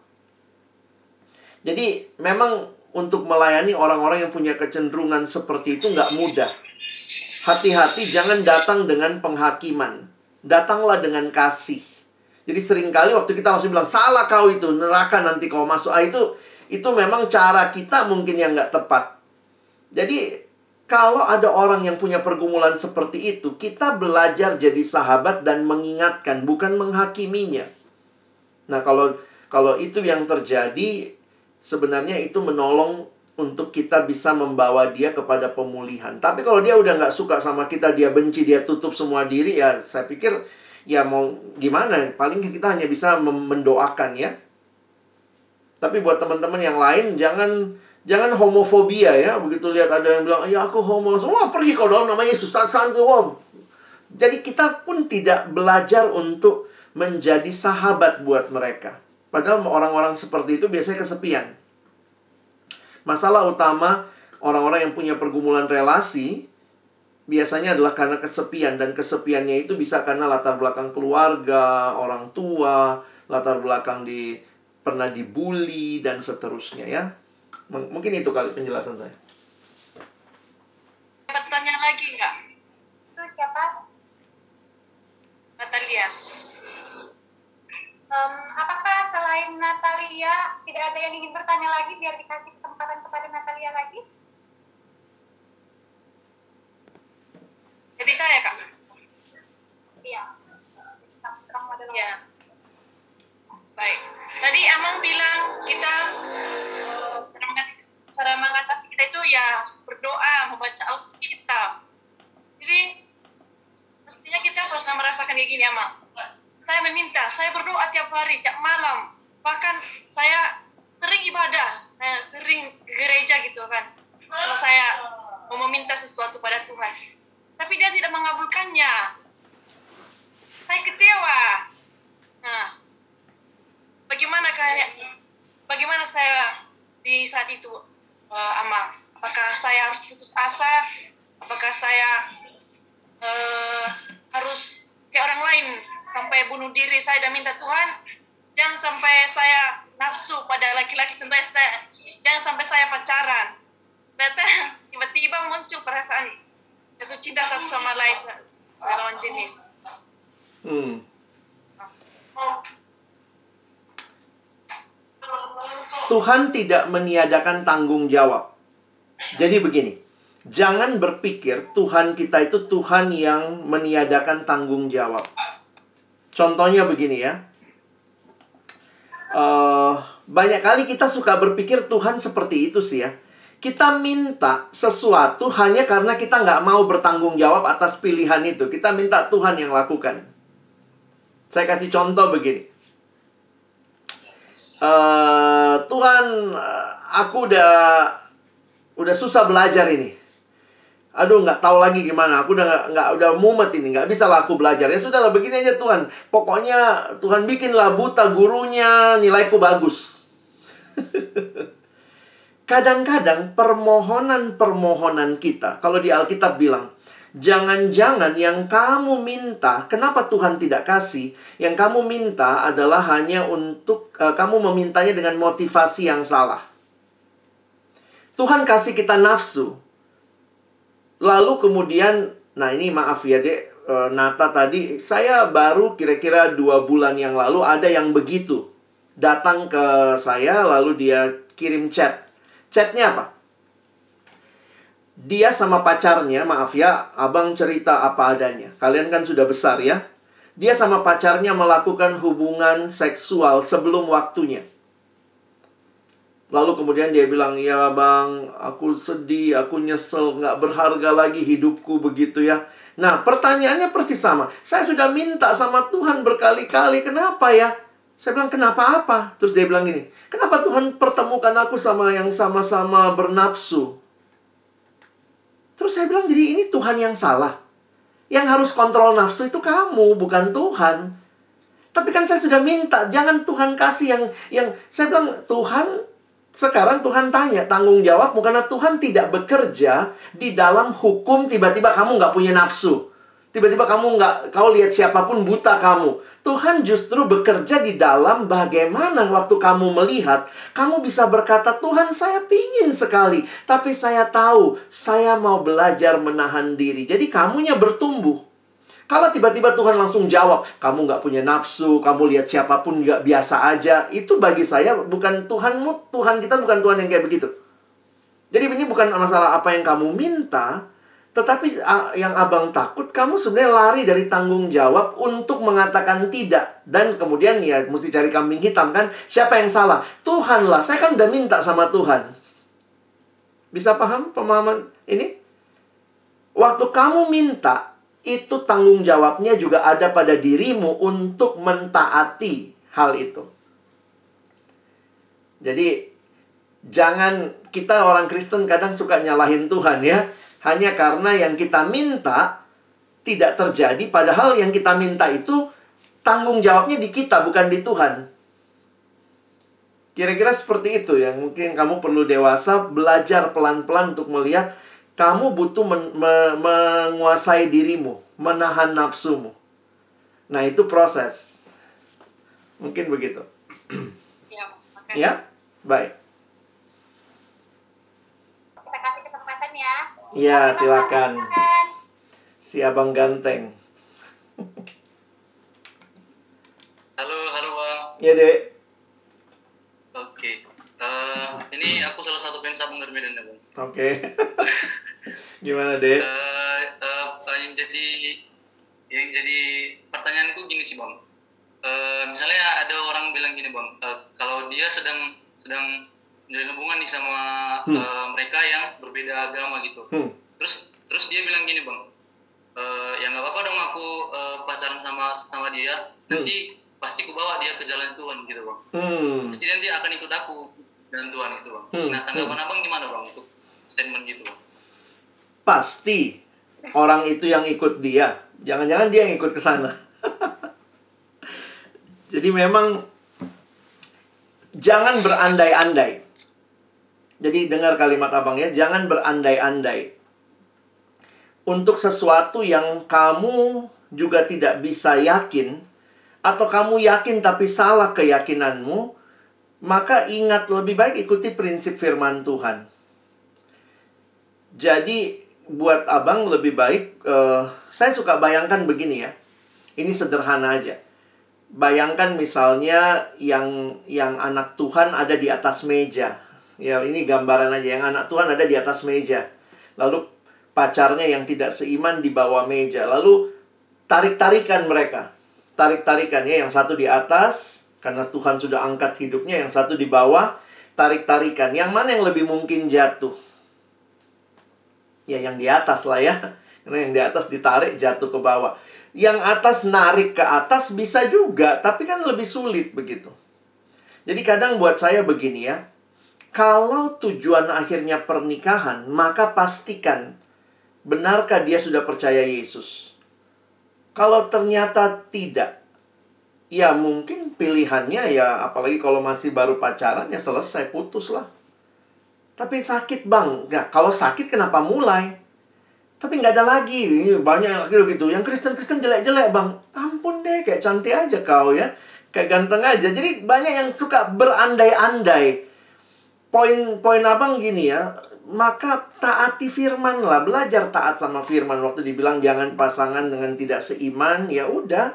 Jadi memang untuk melayani orang-orang yang punya kecenderungan seperti itu nggak mudah. Hati-hati, jangan datang dengan penghakiman. Datanglah dengan kasih. Jadi seringkali waktu kita langsung bilang, salah kau itu, neraka nanti kau masuk. Ah, itu, itu memang cara kita mungkin yang nggak tepat. Jadi kalau ada orang yang punya pergumulan seperti itu, kita belajar jadi sahabat dan mengingatkan, bukan menghakiminya. Nah, kalau kalau itu yang terjadi, sebenarnya itu menolong untuk kita bisa membawa dia kepada pemulihan. Tapi kalau dia udah nggak suka sama kita, dia benci, dia tutup semua diri, ya saya pikir, ya mau gimana? Paling kita hanya bisa mendoakan ya. Tapi buat teman-teman yang lain, jangan... Jangan homofobia ya. Begitu lihat ada yang bilang, ya aku homo, wah pergi kau dalam nama Yesus. Wow. Jadi kita pun tidak belajar untuk menjadi sahabat buat mereka. Padahal orang-orang seperti itu biasanya kesepian. Masalah utama orang-orang yang punya pergumulan relasi biasanya adalah karena kesepian. Dan kesepiannya itu bisa karena latar belakang keluarga, orang tua, latar belakang di pernah dibully, dan seterusnya ya. Mungkin itu kali penjelasan saya. Pertanyaan lagi nggak? Itu siapa? Natalia. Um, apakah selain Natalia tidak ada yang ingin bertanya lagi biar dikasih kesempatan kepada Natalia lagi? Jadi saya, Kak? Iya. Kamu adalah. Ya. Baik. Tadi Amang bilang kita uh, cara mengatasi kita itu ya berdoa, membaca Alkitab. Jadi mestinya kita harus merasakan kayak gini, Amang. Saya meminta, saya berdoa tiap hari, tiap malam. Bahkan saya sering ibadah eh, sering ke gereja gitu kan. Kalau saya mau meminta sesuatu pada Tuhan, tapi dia tidak mengabulkannya. Saya kecewa. Nah, bagaimana kayak, bagaimana saya di saat itu, uh, Ama? Apakah saya harus putus asa? Apakah saya uh, harus kayak orang lain sampai bunuh diri? Saya udah minta Tuhan, jangan sampai saya nafsu pada laki-laki, contohnya saya, jangan sampai saya pacaran. Ternyata tiba-tiba muncul perasaan jatuh cinta satu sama lain, lawan jenis. Hmm. Tuhan tidak meniadakan tanggung jawab. Jadi begini, jangan berpikir Tuhan kita itu Tuhan yang meniadakan tanggung jawab. Contohnya begini ya, uh, banyak kali kita suka berpikir Tuhan seperti itu sih ya. Kita minta sesuatu hanya karena kita nggak mau bertanggung jawab atas pilihan itu. Kita minta Tuhan yang lakukan. Saya kasih contoh begini. Uh, Tuhan, aku udah udah susah belajar ini. Aduh, nggak tahu lagi gimana. Aku udah nggak udah mumet ini, nggak bisa lah aku belajar. Ya sudahlah, begini aja Tuhan. Pokoknya Tuhan bikinlah buta gurunya, nilaiku bagus. Kadang-kadang permohonan-permohonan kita, kalau di Alkitab bilang, jangan-jangan yang kamu minta, kenapa Tuhan tidak kasih? Yang kamu minta adalah hanya untuk, uh, kamu memintanya dengan motivasi yang salah. Tuhan kasih kita nafsu. Lalu kemudian, nah ini maaf ya dek, uh, Nata tadi, saya baru kira-kira dua bulan yang lalu ada yang begitu. Datang ke saya, lalu dia kirim chat. Chatnya apa? Dia sama pacarnya, maaf ya, abang cerita apa adanya. Kalian kan sudah besar ya. Dia sama pacarnya melakukan hubungan seksual sebelum waktunya. Lalu kemudian dia bilang, ya bang, aku sedih, aku nyesel, nggak berharga lagi hidupku begitu ya. Nah, pertanyaannya persis sama. Saya sudah minta sama Tuhan berkali-kali, kenapa ya? Saya bilang, kenapa apa? Terus dia bilang gini, kenapa Tuhan pertemukan aku sama yang sama-sama bernafsu? Terus saya bilang, jadi ini Tuhan yang salah. Yang harus kontrol nafsu itu kamu, bukan Tuhan. Tapi kan saya sudah minta, jangan Tuhan kasih yang... yang saya bilang, Tuhan, sekarang Tuhan tanya, tanggung jawab, karena Tuhan tidak bekerja di dalam hukum tiba-tiba kamu nggak punya nafsu. Tiba-tiba kamu nggak, kau lihat siapapun buta kamu. Tuhan justru bekerja di dalam bagaimana waktu kamu melihat, kamu bisa berkata, Tuhan saya pingin sekali, tapi saya tahu, saya mau belajar menahan diri. Jadi kamunya bertumbuh. Kalau tiba-tiba Tuhan langsung jawab, kamu nggak punya nafsu, kamu lihat siapapun nggak biasa aja, itu bagi saya bukan Tuhanmu, Tuhan kita bukan Tuhan yang kayak begitu. Jadi ini bukan masalah apa yang kamu minta, tetapi yang abang takut, kamu sebenarnya lari dari tanggung jawab untuk mengatakan tidak. Dan kemudian ya mesti cari kambing hitam kan. Siapa yang salah? Tuhan lah, saya kan udah minta sama Tuhan. Bisa paham pemahaman ini? Waktu kamu minta, itu tanggung jawabnya juga ada pada dirimu untuk mentaati hal itu. Jadi jangan, kita orang Kristen kadang suka nyalahin Tuhan ya. Hanya karena yang kita minta tidak terjadi, padahal yang kita minta itu tanggung jawabnya di kita, bukan di Tuhan. Kira-kira seperti itu ya. Mungkin kamu perlu dewasa, belajar pelan-pelan untuk melihat kamu butuh men me menguasai dirimu, menahan nafsumu. Nah, itu proses. Mungkin begitu. Ya, makasih. Ya? Baik. Kita kasih kesempatan ya. Ya, silakan. Si abang ganteng. Halo, halo bang. Ya, Dek. Oke. Uh, ini aku salah satu fans abang dari Medan ya bang. Oke. Gimana, Dek? Uh, uh, yang jadi yang jadi pertanyaanku gini sih bang. Uh, misalnya ada orang bilang gini bang, uh, kalau dia sedang sedang menjalin hubungan nih sama hmm. uh, mereka yang berbeda agama gitu. Hmm. Terus terus dia bilang gini bang, uh, ya nggak apa-apa dong aku uh, pacaran sama sama dia, nanti hmm. pasti ku bawa dia ke jalan Tuhan gitu bang. Hmm. Pasti nanti akan ikut aku. dengan Tuhan itu bang. Hmm, Nah tanggapan hmm. abang gimana bang untuk statement gitu bang? Pasti orang itu yang ikut dia. Jangan-jangan dia yang ikut ke sana. Jadi memang jangan berandai-andai. Jadi dengar kalimat abang ya, jangan berandai-andai untuk sesuatu yang kamu juga tidak bisa yakin, atau kamu yakin tapi salah keyakinanmu. Maka ingat, lebih baik ikuti prinsip firman Tuhan. Jadi buat abang lebih baik, uh, saya suka bayangkan begini ya. Ini sederhana aja. Bayangkan misalnya yang yang anak Tuhan ada di atas meja. Ya, ini gambaran aja. Yang anak Tuhan ada di atas meja. Lalu pacarnya yang tidak seiman di bawah meja. Lalu tarik-tarikan mereka. Tarik-tarikan ya, yang satu di atas karena Tuhan sudah angkat hidupnya, yang satu di bawah, tarik-tarikan. Yang mana yang lebih mungkin jatuh? Ya, yang di atas lah ya. Karena yang di atas ditarik, jatuh ke bawah. Yang atas narik ke atas bisa juga, tapi kan lebih sulit begitu. Jadi kadang buat saya begini ya. Kalau tujuan akhirnya pernikahan, maka pastikan, benarkah dia sudah percaya Yesus? Kalau ternyata tidak, ya mungkin pilihannya ya, apalagi kalau masih baru pacaran, ya selesai, putus lah. Tapi sakit bang, ya kalau sakit kenapa mulai? Tapi nggak ada lagi, banyak yang akhirnya gitu. Yang Kristen-Kristen jelek-jelek bang, ampun deh, kayak cantik aja kau ya, kayak ganteng aja. Jadi banyak yang suka berandai-andai. Poin-poin abang gini ya, maka taati firman lah, belajar taat sama firman. Waktu dibilang jangan pasangan dengan tidak seiman, ya udah.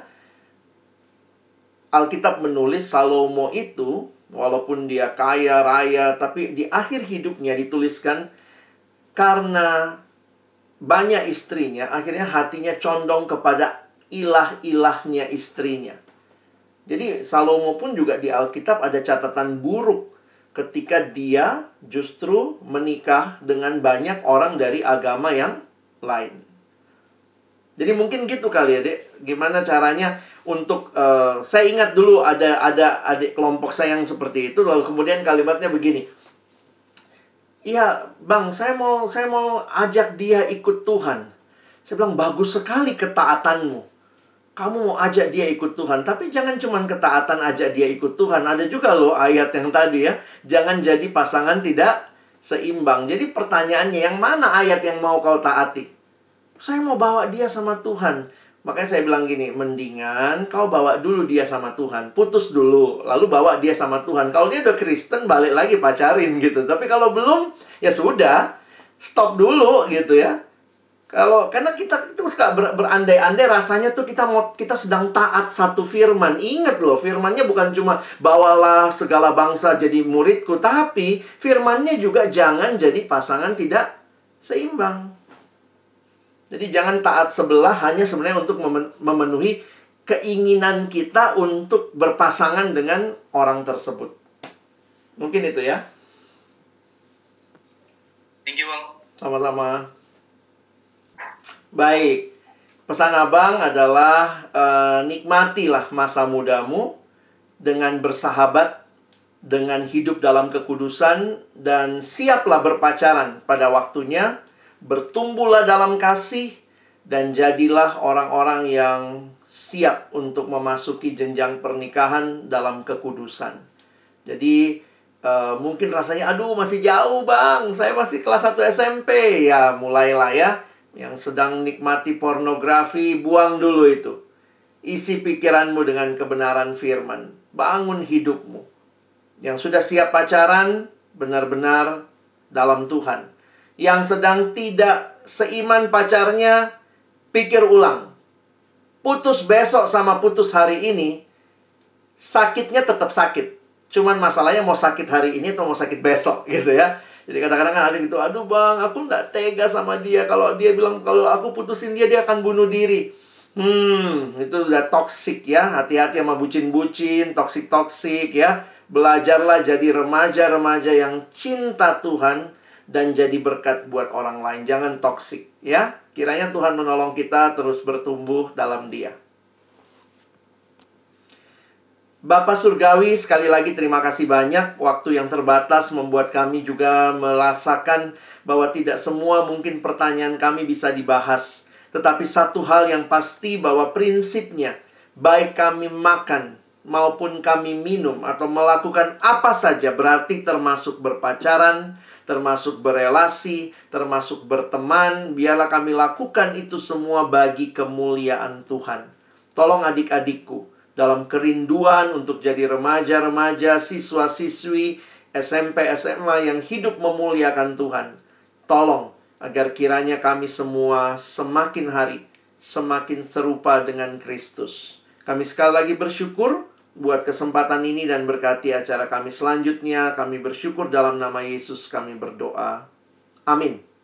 Alkitab menulis Salomo itu, walaupun dia kaya raya, tapi di akhir hidupnya dituliskan karena banyak istrinya, akhirnya hatinya condong kepada ilah-ilahnya istrinya. Jadi Salomo pun juga di Alkitab ada catatan buruk ketika dia justru menikah dengan banyak orang dari agama yang lain. Jadi mungkin gitu kali ya, Dek. Gimana caranya untuk uh, saya ingat dulu ada ada adik kelompok saya yang seperti itu, lalu kemudian kalimatnya begini. Iya, Bang, saya mau saya mau ajak dia ikut Tuhan. Saya bilang bagus sekali ketaatanmu. Kamu mau ajak dia ikut Tuhan, tapi jangan cuma ketaatan ajak dia ikut Tuhan. Ada juga loh ayat yang tadi ya, jangan jadi pasangan tidak seimbang. Jadi pertanyaannya, yang mana ayat yang mau kau taati? Saya mau bawa dia sama Tuhan. Makanya saya bilang gini, mendingan kau bawa dulu dia sama Tuhan. Putus dulu, lalu bawa dia sama Tuhan. Kalau dia udah Kristen, balik lagi pacarin gitu. Tapi kalau belum, ya sudah, stop dulu gitu ya. Kalau karena kita itu suka ber, berandai-andai, rasanya tuh kita mau kita sedang taat satu firman. Ingat loh, firmannya bukan cuma bawalah segala bangsa jadi muridku, tapi firmannya juga jangan jadi pasangan tidak seimbang. Jadi jangan taat sebelah hanya sebenarnya untuk memenuhi keinginan kita untuk berpasangan dengan orang tersebut. Mungkin itu ya. Thank you bang. Sama-sama. Baik, pesan abang adalah uh, nikmatilah masa mudamu dengan bersahabat, dengan hidup dalam kekudusan, dan siaplah berpacaran pada waktunya, bertumbuhlah dalam kasih, dan jadilah orang-orang yang siap untuk memasuki jenjang pernikahan dalam kekudusan. Jadi, uh, mungkin rasanya, aduh masih jauh bang, saya masih kelas satu S M P. Ya, mulailah ya. Yang sedang nikmati pornografi, buang dulu itu. Isi pikiranmu dengan kebenaran firman. Bangun hidupmu. Yang sudah siap pacaran, benar-benar dalam Tuhan. Yang sedang tidak seiman pacarnya, pikir ulang. Putus besok sama putus hari ini, sakitnya tetap sakit. Cuman masalahnya mau sakit hari ini atau mau sakit besok gitu ya. Jadi kadang-kadang kan ada gitu, aduh bang, aku nggak tega sama dia. Kalau dia bilang, kalau aku putusin dia, dia akan bunuh diri. Hmm, itu udah toksik ya. Hati-hati sama bucin-bucin, toksik-toksik ya. Belajarlah jadi remaja-remaja yang cinta Tuhan dan jadi berkat buat orang lain. Jangan toksik ya. Kiranya Tuhan menolong kita terus bertumbuh dalam Dia. Bapak Surgawi, sekali lagi terima kasih banyak. Waktu yang terbatas membuat kami juga merasakan bahwa tidak semua mungkin pertanyaan kami bisa dibahas. Tetapi satu hal yang pasti bahwa prinsipnya, baik kami makan maupun kami minum atau melakukan apa saja, berarti termasuk berpacaran, termasuk berelasi, termasuk berteman. Biarlah kami lakukan itu semua bagi kemuliaan Tuhan. Tolong adik-adikku, dalam kerinduan untuk jadi remaja-remaja, siswa-siswi, S M P, S M A yang hidup memuliakan Tuhan. Tolong agar kiranya kami semua semakin hari semakin serupa dengan Kristus. Kami sekali lagi bersyukur buat kesempatan ini dan berkati acara kami selanjutnya. Kami bersyukur dalam nama Yesus kami berdoa. Amin.